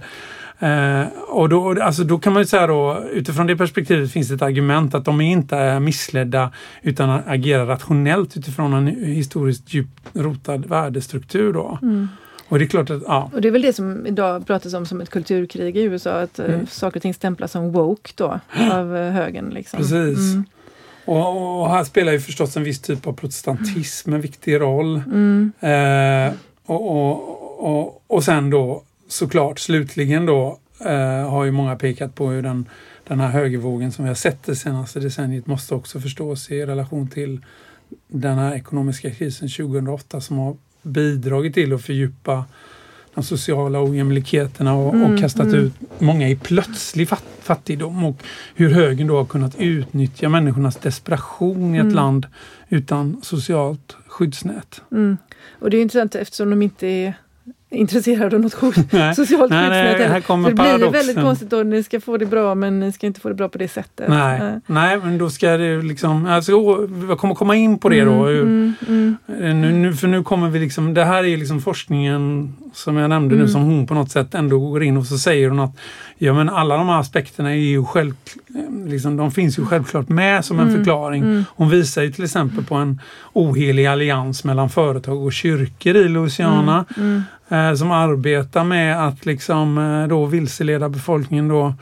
[SPEAKER 2] Eh, och då, alltså då kan man ju säga då, utifrån det perspektivet finns det ett argument att de inte är missledda utan agerar rationellt utifrån en historiskt djupt rotad värdestruktur då. Mm. Och det är klart att, ja.
[SPEAKER 1] Och det är väl det som idag pratas om som ett kulturkrig i U S A, att mm. saker och ting stämplas som woke då av högern liksom.
[SPEAKER 2] Precis.
[SPEAKER 1] Mm.
[SPEAKER 2] Och, och här spelar ju förstås en viss typ av protestantism mm. en viktig roll. Mm. Eh, och, och, och, och sen då såklart slutligen då eh, har ju många pekat på hur den, den här högervågen som vi har sett det senaste decenniet måste också förstås i relation till den här ekonomiska krisen tjugohundraåtta som har bidragit till att fördjupa de sociala ojämlikheterna och, mm, och kastat mm. ut många i plötslig fatt, fattigdom och hur högern då har kunnat utnyttja människornas desperation i ett mm. land utan socialt skyddsnät.
[SPEAKER 1] Mm. Och det är intressant eftersom de inte är intresserade av något skydd, nej, socialt
[SPEAKER 2] nej,
[SPEAKER 1] skyddsnät.
[SPEAKER 2] Nej, här kommer
[SPEAKER 1] det
[SPEAKER 2] paradoxen.
[SPEAKER 1] blir väldigt konstigt då, ni ska få det bra men ni ska inte få det bra på det sättet.
[SPEAKER 2] Nej, nej. nej men då ska det liksom, alltså, jag kommer komma in på det mm, då. Mm, mm. Nu, nu, för nu kommer vi liksom, det här är liksom forskningen som jag nämnde mm. nu som hon på något sätt ändå går in och så säger hon att ja men alla de här aspekterna är ju själv, liksom, de finns ju självklart med som en mm, förklaring. Mm. Hon visar ju till exempel på en ohelig allians mellan företag och kyrkor i Louisiana mm, mm. som arbetar med att liksom då vilseleda befolkningen då.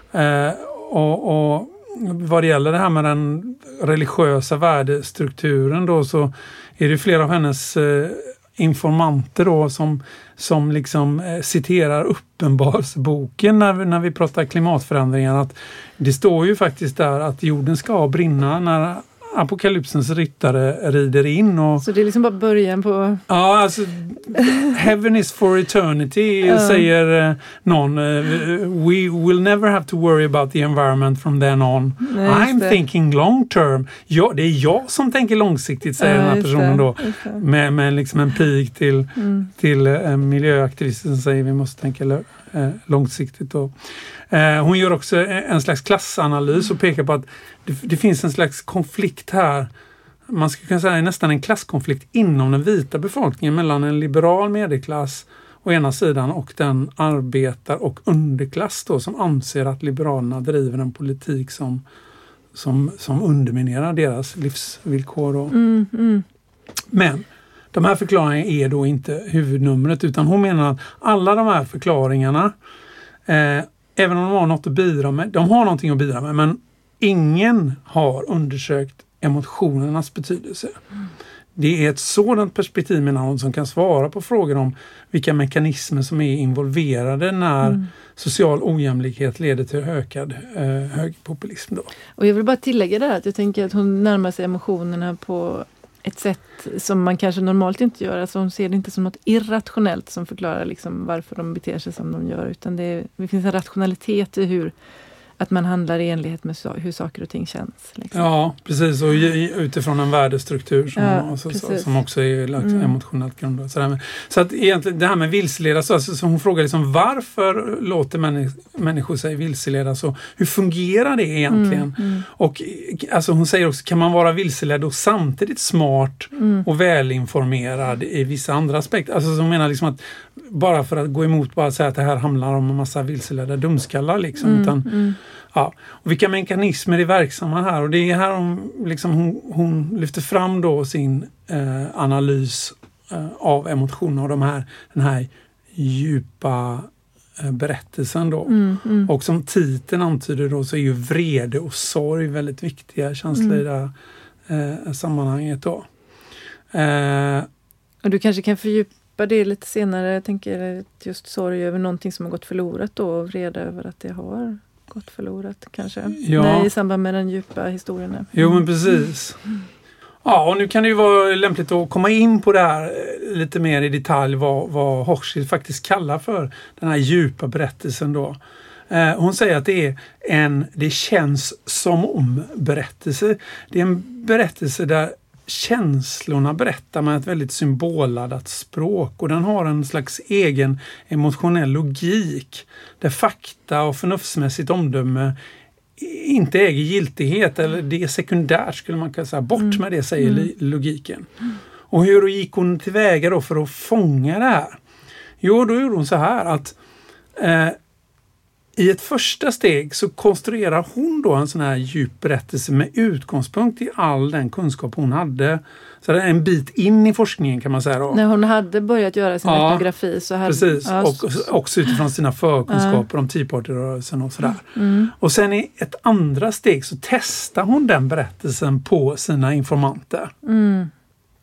[SPEAKER 2] Och, och vad det gäller det här med den religiösa värdestrukturen då så är det flera av hennes informanter då som, som liksom citerar Uppenbarelseboken när vi, när vi pratar klimatförändringar att det står ju faktiskt där att jorden ska brinna när apokalypsens ryttare rider in. Och,
[SPEAKER 1] så det är liksom bara början på...
[SPEAKER 2] Ja, alltså heaven is for eternity uh. säger uh, någon. Uh, we will never have to worry about the environment from then on. Nej, I'm thinking long term. Ja, det är jag som tänker långsiktigt, säger uh, den här personen då. Med, med liksom en pik till, mm. till uh, miljöaktivisten som säger vi måste tänka uh, långsiktigt då. Uh, hon gör också en slags klassanalys och pekar på att det, det finns en slags konflikt här. Man skulle kunna säga nästan en klasskonflikt inom den vita befolkningen mellan en liberal medelklass å ena sidan och den arbetar- och underklass då, som anser att liberalerna driver en politik som, som, som underminerar deras livsvillkor. Då. Mm, mm. Men de här förklaringarna är då inte huvudnumret utan hon menar att alla de här förklaringarna eh, även om de har något att bidra med, de har någonting att bidra med, men ingen har undersökt emotionernas betydelse. Mm. Det är ett sådant perspektiv med någon som kan svara på frågor om vilka mekanismer som är involverade när mm. social ojämlikhet leder till ökad eh, högpopulism då.
[SPEAKER 1] Och jag vill bara tillägga det här att jag tänker att hon närmar sig emotionerna på ett sätt som man kanske normalt inte gör. Alltså hon ser det inte som något irrationellt som förklarar liksom varför de beter sig som de gör. Utan det, är, det finns en rationalitet i hur att man handlar i enlighet med so- hur saker och ting känns. Liksom.
[SPEAKER 2] Ja, precis. Och utifrån en värdestruktur som,
[SPEAKER 1] ja,
[SPEAKER 2] så, så, som också är mm. emotionellt grundad. Så, så att egentligen det här med vilseleda, så, alltså, så hon frågar liksom varför låter människ- människor sig vilseleda? Så hur fungerar det egentligen? Mm, mm. Och alltså, hon säger också, kan man vara vilseledd och samtidigt smart mm. och välinformerad i vissa andra aspekter? Alltså så hon menar liksom att bara för att gå emot bara säga att det här handlar om en massa vilseledda dumskallar liksom,
[SPEAKER 1] mm,
[SPEAKER 2] utan
[SPEAKER 1] mm.
[SPEAKER 2] ja, och vilka mekanismer är verksamma här? Och det är här hon, liksom, hon, hon lyfter fram då sin eh, analys eh, av emotioner och de här, den här djupa eh, berättelsen då. Mm, mm. Och som titeln antyder då så är ju vrede och sorg väldigt viktiga känslor i det här eh, sammanhanget då. Eh,
[SPEAKER 1] och du kanske kan fördjupa det lite senare. Jag tänker just sorg över någonting som har gått förlorat då och vrede över att det har gått förlorat kanske.
[SPEAKER 2] Ja.
[SPEAKER 1] Nej, i samband med den djupa historien. Mm.
[SPEAKER 2] Jo, men precis. Ja, och nu kan det ju vara lämpligt att komma in på det här lite mer i detalj vad, vad Hochschild faktiskt kallar för den här djupa berättelsen då. Eh, hon säger att det är en det känns som om berättelse. Det är en berättelse där känslorna berättar med ett väldigt symbolladdat språk och den har en slags egen emotionell logik där fakta och förnuftsmässigt omdöme inte äger giltighet eller det är sekundärt skulle man kunna säga. Bort med det, säger mm. logiken. Och hur gick hon tillväga då för att fånga det här? Jo, då gjorde hon så här att eh, i ett första steg så konstruerar hon då en sån här djup berättelse med utgångspunkt i all den kunskap hon hade. Så det är en bit in i forskningen kan man säga då.
[SPEAKER 1] När hon hade börjat göra sin ja, etnografi så hade...
[SPEAKER 2] Precis,
[SPEAKER 1] ja,
[SPEAKER 2] och också utifrån sina förkunskaper ja. om Tea Party-rörelsen och sådär.
[SPEAKER 1] Mm.
[SPEAKER 2] Och sen i ett andra steg så testar hon den berättelsen på sina informanter.
[SPEAKER 1] Mm.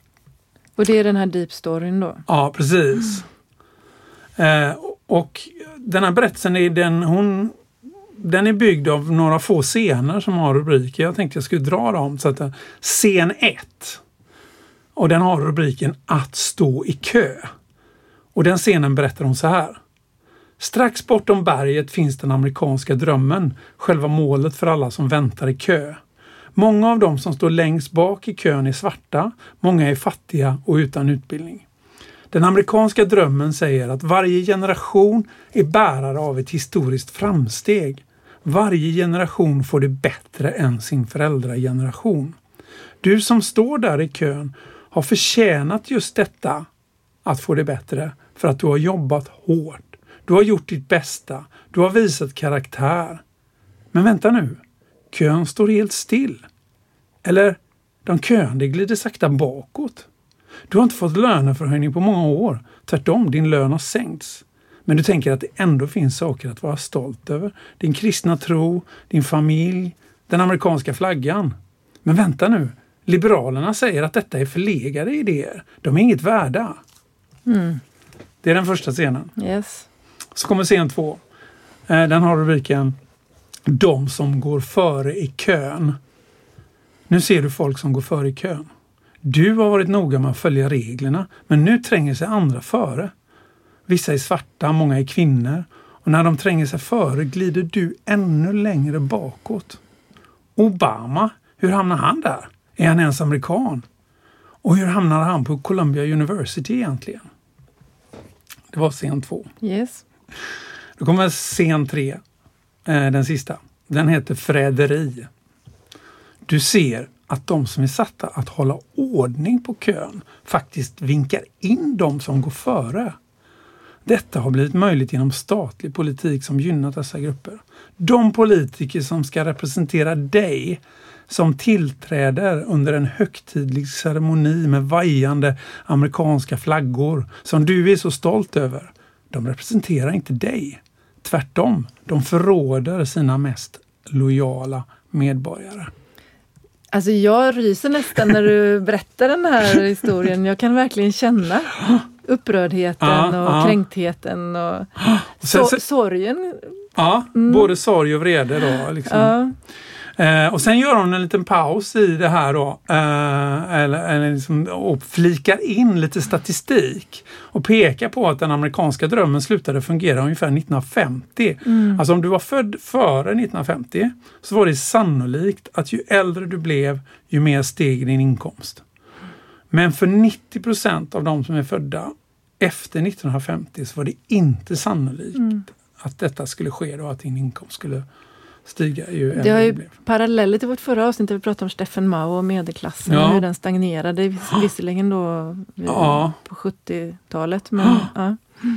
[SPEAKER 1] Och det är den här deep storyn då?
[SPEAKER 2] Ja, precis. Mm. Eh, och den här berättelsen är, den, hon, den är byggd av några få scener som har rubriker. Jag tänkte jag skulle dra dem. Så att, scen ett. Och den har rubriken Att stå i kö. Och den scenen berättar hon så här. Strax bortom berget finns den amerikanska drömmen. Själva målet för alla som väntar i kö. Många av dem som står längst bak i kön är svarta. Många är fattiga och utan utbildning. Den amerikanska drömmen säger att varje generation är bärare av ett historiskt framsteg. Varje generation får det bättre än sin föräldrageneration. Du som står där i kön har förtjänat just detta, att få det bättre, för att du har jobbat hårt. Du har gjort ditt bästa. Du har visat karaktär. Men vänta nu, kön står helt still. Eller de köande glider sakta bakåt. Du har inte fått löneförhöjning på många år. Tvärtom, din lön har sänkts. Men du tänker att det ändå finns saker att vara stolt över. Din kristna tro, din familj, den amerikanska flaggan. Men vänta nu, liberalerna säger att detta är förlegade idéer. De är inget värda.
[SPEAKER 1] Mm.
[SPEAKER 2] Det är den första scenen.
[SPEAKER 1] Yes.
[SPEAKER 2] Så kommer scen två. Den har rubriken De som går före i kön. Nu ser du folk som går före i kön. Du har varit noga med att följa reglerna, men nu tränger sig andra före. Vissa är svarta, många är kvinnor. Och när de tränger sig före glider du ännu längre bakåt. Obama, hur hamnar han där? Är han ens amerikan? Och hur hamnar han på Columbia University egentligen? Det var scen två.
[SPEAKER 1] Yes.
[SPEAKER 2] Då kommer scen tre, eh, den sista. Den heter Förräderi. Du ser att de som är satta att hålla ordning på kön faktiskt vinkar in de som går före. Detta har blivit möjligt genom statlig politik som gynnat dessa grupper. De politiker som ska representera dig som tillträder under en högtidlig ceremoni med vajande amerikanska flaggor som du är så stolt över. De representerar inte dig. Tvärtom, de förråder sina mest lojala medborgare.
[SPEAKER 1] Alltså jag ryser nästan när du berättar den här historien. Jag kan verkligen känna upprördheten ja, och ja. kränktheten och
[SPEAKER 2] sen,
[SPEAKER 1] so- sorgen.
[SPEAKER 2] Ja, mm. både sorg och vrede då. Liksom.
[SPEAKER 1] Ja.
[SPEAKER 2] Eh, och sen gör hon en liten paus i det här då. Eh, eller, eller liksom, och flikar in lite statistik. Och pekar på att den amerikanska drömmen slutade fungera ungefär nittonhundrafemtio. Mm. Alltså om du var född före nittonhundrafemtio så var det sannolikt att ju äldre du blev, ju mer steg din inkomst. Men för nittio procent av de som är födda efter nittonhundrafemtio så var det inte sannolikt mm. att detta skulle ske då, att din inkomst skulle stiga. Ju
[SPEAKER 1] det har ju blev. Paralleller till vårt förra avsnitt där vi pratade om Steffen Mao och medelklassen ja. och hur den stagnerade visserligen då ja. på sjuttiotalet. Men, ja.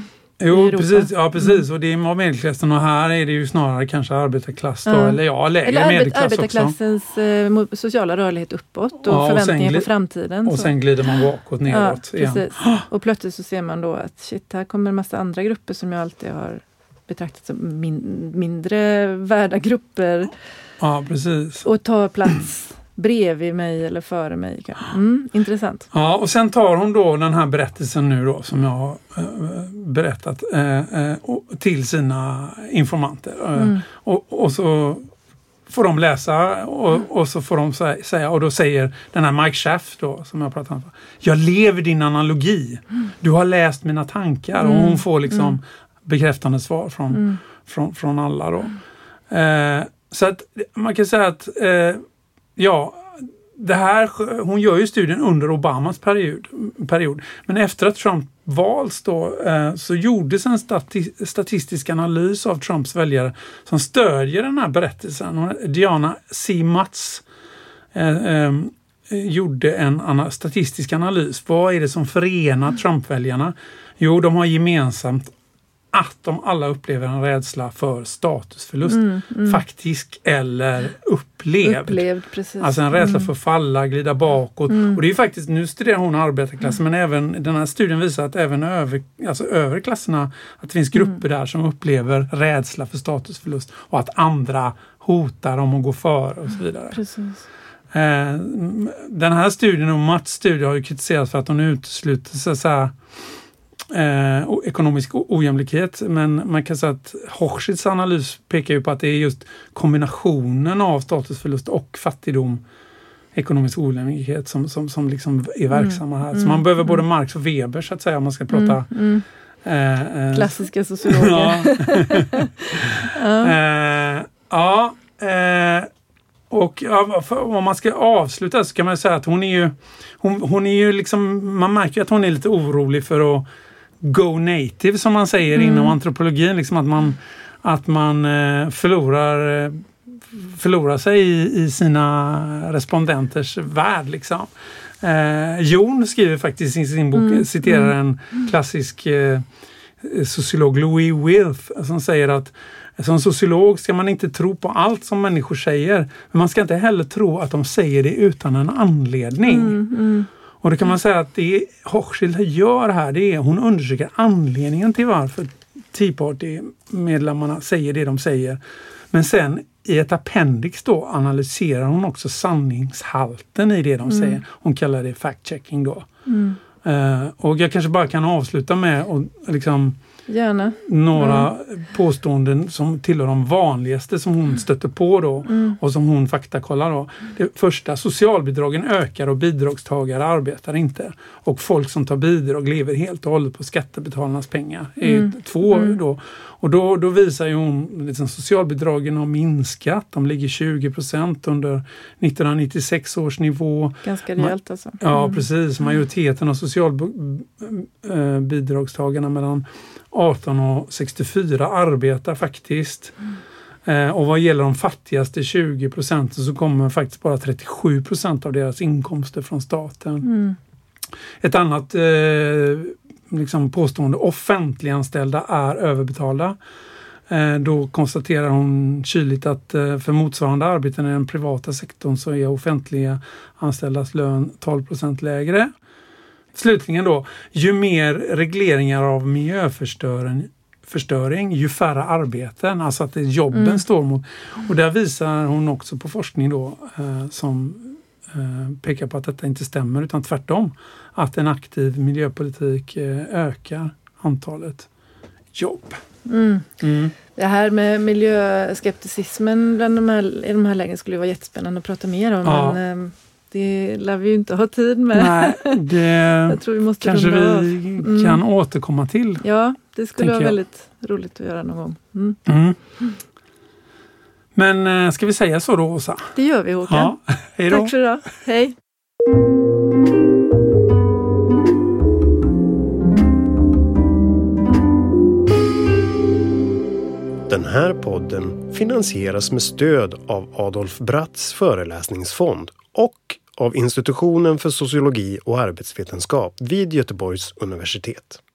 [SPEAKER 2] Jo, precis, ja, precis. Mm. Och det var medelklassen och här är det ju snarare kanske arbetarklass då, mm. eller ja, lägre eller arbet, medelklass
[SPEAKER 1] arbetarklassens också. Eh, sociala rörlighet uppåt och ja, förväntningar och på framtiden.
[SPEAKER 2] Och så. Sen glider man bakåt neråt
[SPEAKER 1] ja, igen. Och plötsligt så ser man då att shit, här kommer en massa andra grupper som jag alltid har betraktat som min, mindre värda grupper.
[SPEAKER 2] Ja, precis.
[SPEAKER 1] Och tar plats bredvid mig eller före mig. Mm, intressant.
[SPEAKER 2] Ja, och sen tar hon då den här berättelsen nu då som jag har äh, berättat äh, äh, till sina informanter. Mm. Och, och så får de läsa och, och så får de säga, och då säger den här Mike Schaff då som jag pratade om. Jag lever din analogi. Du har läst mina tankar mm. och hon får liksom mm. bekräftande svar från, mm. från, från alla då. Eh, så att man kan säga att eh, ja, det här, hon gör ju studien under Obamas period, period. Men efter att Trump vals då eh, så gjordes en stati- statistisk analys av Trumps väljare som stödjer den här berättelsen. Diana C. Matz eh, eh, gjorde en ana- statistisk analys. Vad är det som förenar Trump-väljarna? Jo, de har gemensamt att de alla upplever en rädsla för statusförlust. Mm, mm. Faktisk eller upplevd.
[SPEAKER 1] Upplevd, precis.
[SPEAKER 2] Alltså en rädsla
[SPEAKER 1] mm. för
[SPEAKER 2] att falla, glida bakåt. Mm. Och det är ju faktiskt, nu studerar hon arbetarklassen, mm. men även den här studien visar att även över, alltså över klasserna, att det finns grupper mm. där som upplever rädsla för statusförlust och att andra hotar dem och går före och så vidare.
[SPEAKER 1] Precis.
[SPEAKER 2] Eh, den här studien och Mats studie har ju kritiserats för att hon utesluter så, så här Eh, ekonomisk ojämlikhet, men man kan säga att Hochschilds analys pekar ju på att det är just kombinationen av statusförlust och fattigdom, ekonomisk ojämlikhet som, som, som liksom är verksamma här. Mm, så man mm, behöver mm. både Marx och Weber så att säga om man ska prata
[SPEAKER 1] mm, mm. Eh, eh, klassiska sociologer.
[SPEAKER 2] ja. eh, ja eh, och ja, om man ska avsluta så kan man säga att hon är ju hon, hon är ju liksom, man märker ju att hon är lite orolig för att go native som man säger mm. inom antropologin, liksom att man att man eh, förlorar eh, förlorar sig i, i sina respondenters värld liksom. Eh, Jon skriver faktiskt i sin bok, mm. citerar en klassisk eh, sociolog Louis Wilf som säger att som sociolog ska man inte tro på allt som människor säger, men man ska inte heller tro att de säger det utan en anledning. Mm, mm. Och då kan man säga att det Hochschild gör här, det är hon undersöker anledningen till varför Tea Party-medlemmarna säger det de säger. Men sen i ett appendix då analyserar hon också sanningshalten i det de mm. säger. Hon kallar det fact-checking då. Mm. Uh, och jag kanske bara kan avsluta med och liksom
[SPEAKER 1] Gärna.
[SPEAKER 2] några mm. påståenden som tillhör de vanligaste som hon stöter på då mm. och som hon faktakollar då. Det första, socialbidragen ökar och bidragstagare arbetar inte. Och folk som tar bidrag lever helt och hållet på skattebetalarnas pengar. Det är mm. två mm. då. Och då, då visar ju hon liksom, socialbidragen har minskat. De ligger tjugo procent under nittonhundranittiosex års nivå.
[SPEAKER 1] Ganska rejält alltså. Mm.
[SPEAKER 2] Ja, precis. Majoriteten av socialbidragstagarna mellan arton och sextiofyra arbetar faktiskt. Mm. Eh, och vad gäller de fattigaste tjugo procent så kommer faktiskt bara trettiosju procent av deras inkomster från staten. Mm. Ett annat eh, liksom påstående, offentliganställda är överbetalda. Eh, då konstaterar hon kyligt att eh, för motsvarande arbeten i den privata sektorn så är offentliga anställdas lön tolv procent lägre. Slutligen då, ju mer regleringar av miljöförstöring, ju färre arbeten, alltså att det jobben mm. står mot. Och där visar hon också på forskning då eh, som eh, pekar på att detta inte stämmer, utan tvärtom. Att en aktiv miljöpolitik eh, ökar antalet jobb.
[SPEAKER 1] Mm.
[SPEAKER 2] Mm.
[SPEAKER 1] Det här med miljöskepticismen bland de här, i de här lägren skulle vara jättespännande att prata mer om.
[SPEAKER 2] Ja.
[SPEAKER 1] Men eh, det lär vi ju inte ha tid med.
[SPEAKER 2] Nej, det
[SPEAKER 1] jag tror vi måste
[SPEAKER 2] kanske vi
[SPEAKER 1] mm.
[SPEAKER 2] kan återkomma till.
[SPEAKER 1] Ja, det skulle vara
[SPEAKER 2] jag.
[SPEAKER 1] väldigt roligt att göra någon gång. Mm.
[SPEAKER 2] Mm. Men ska vi säga så då, Åsa?
[SPEAKER 1] Det gör vi, Håkan.
[SPEAKER 2] Ja, hej då.
[SPEAKER 1] Tack för idag. Hej.
[SPEAKER 4] Den här podden finansieras med stöd av Adolf Bratts föreläsningsfond och av Institutionen för sociologi och arbetsvetenskap vid Göteborgs universitet.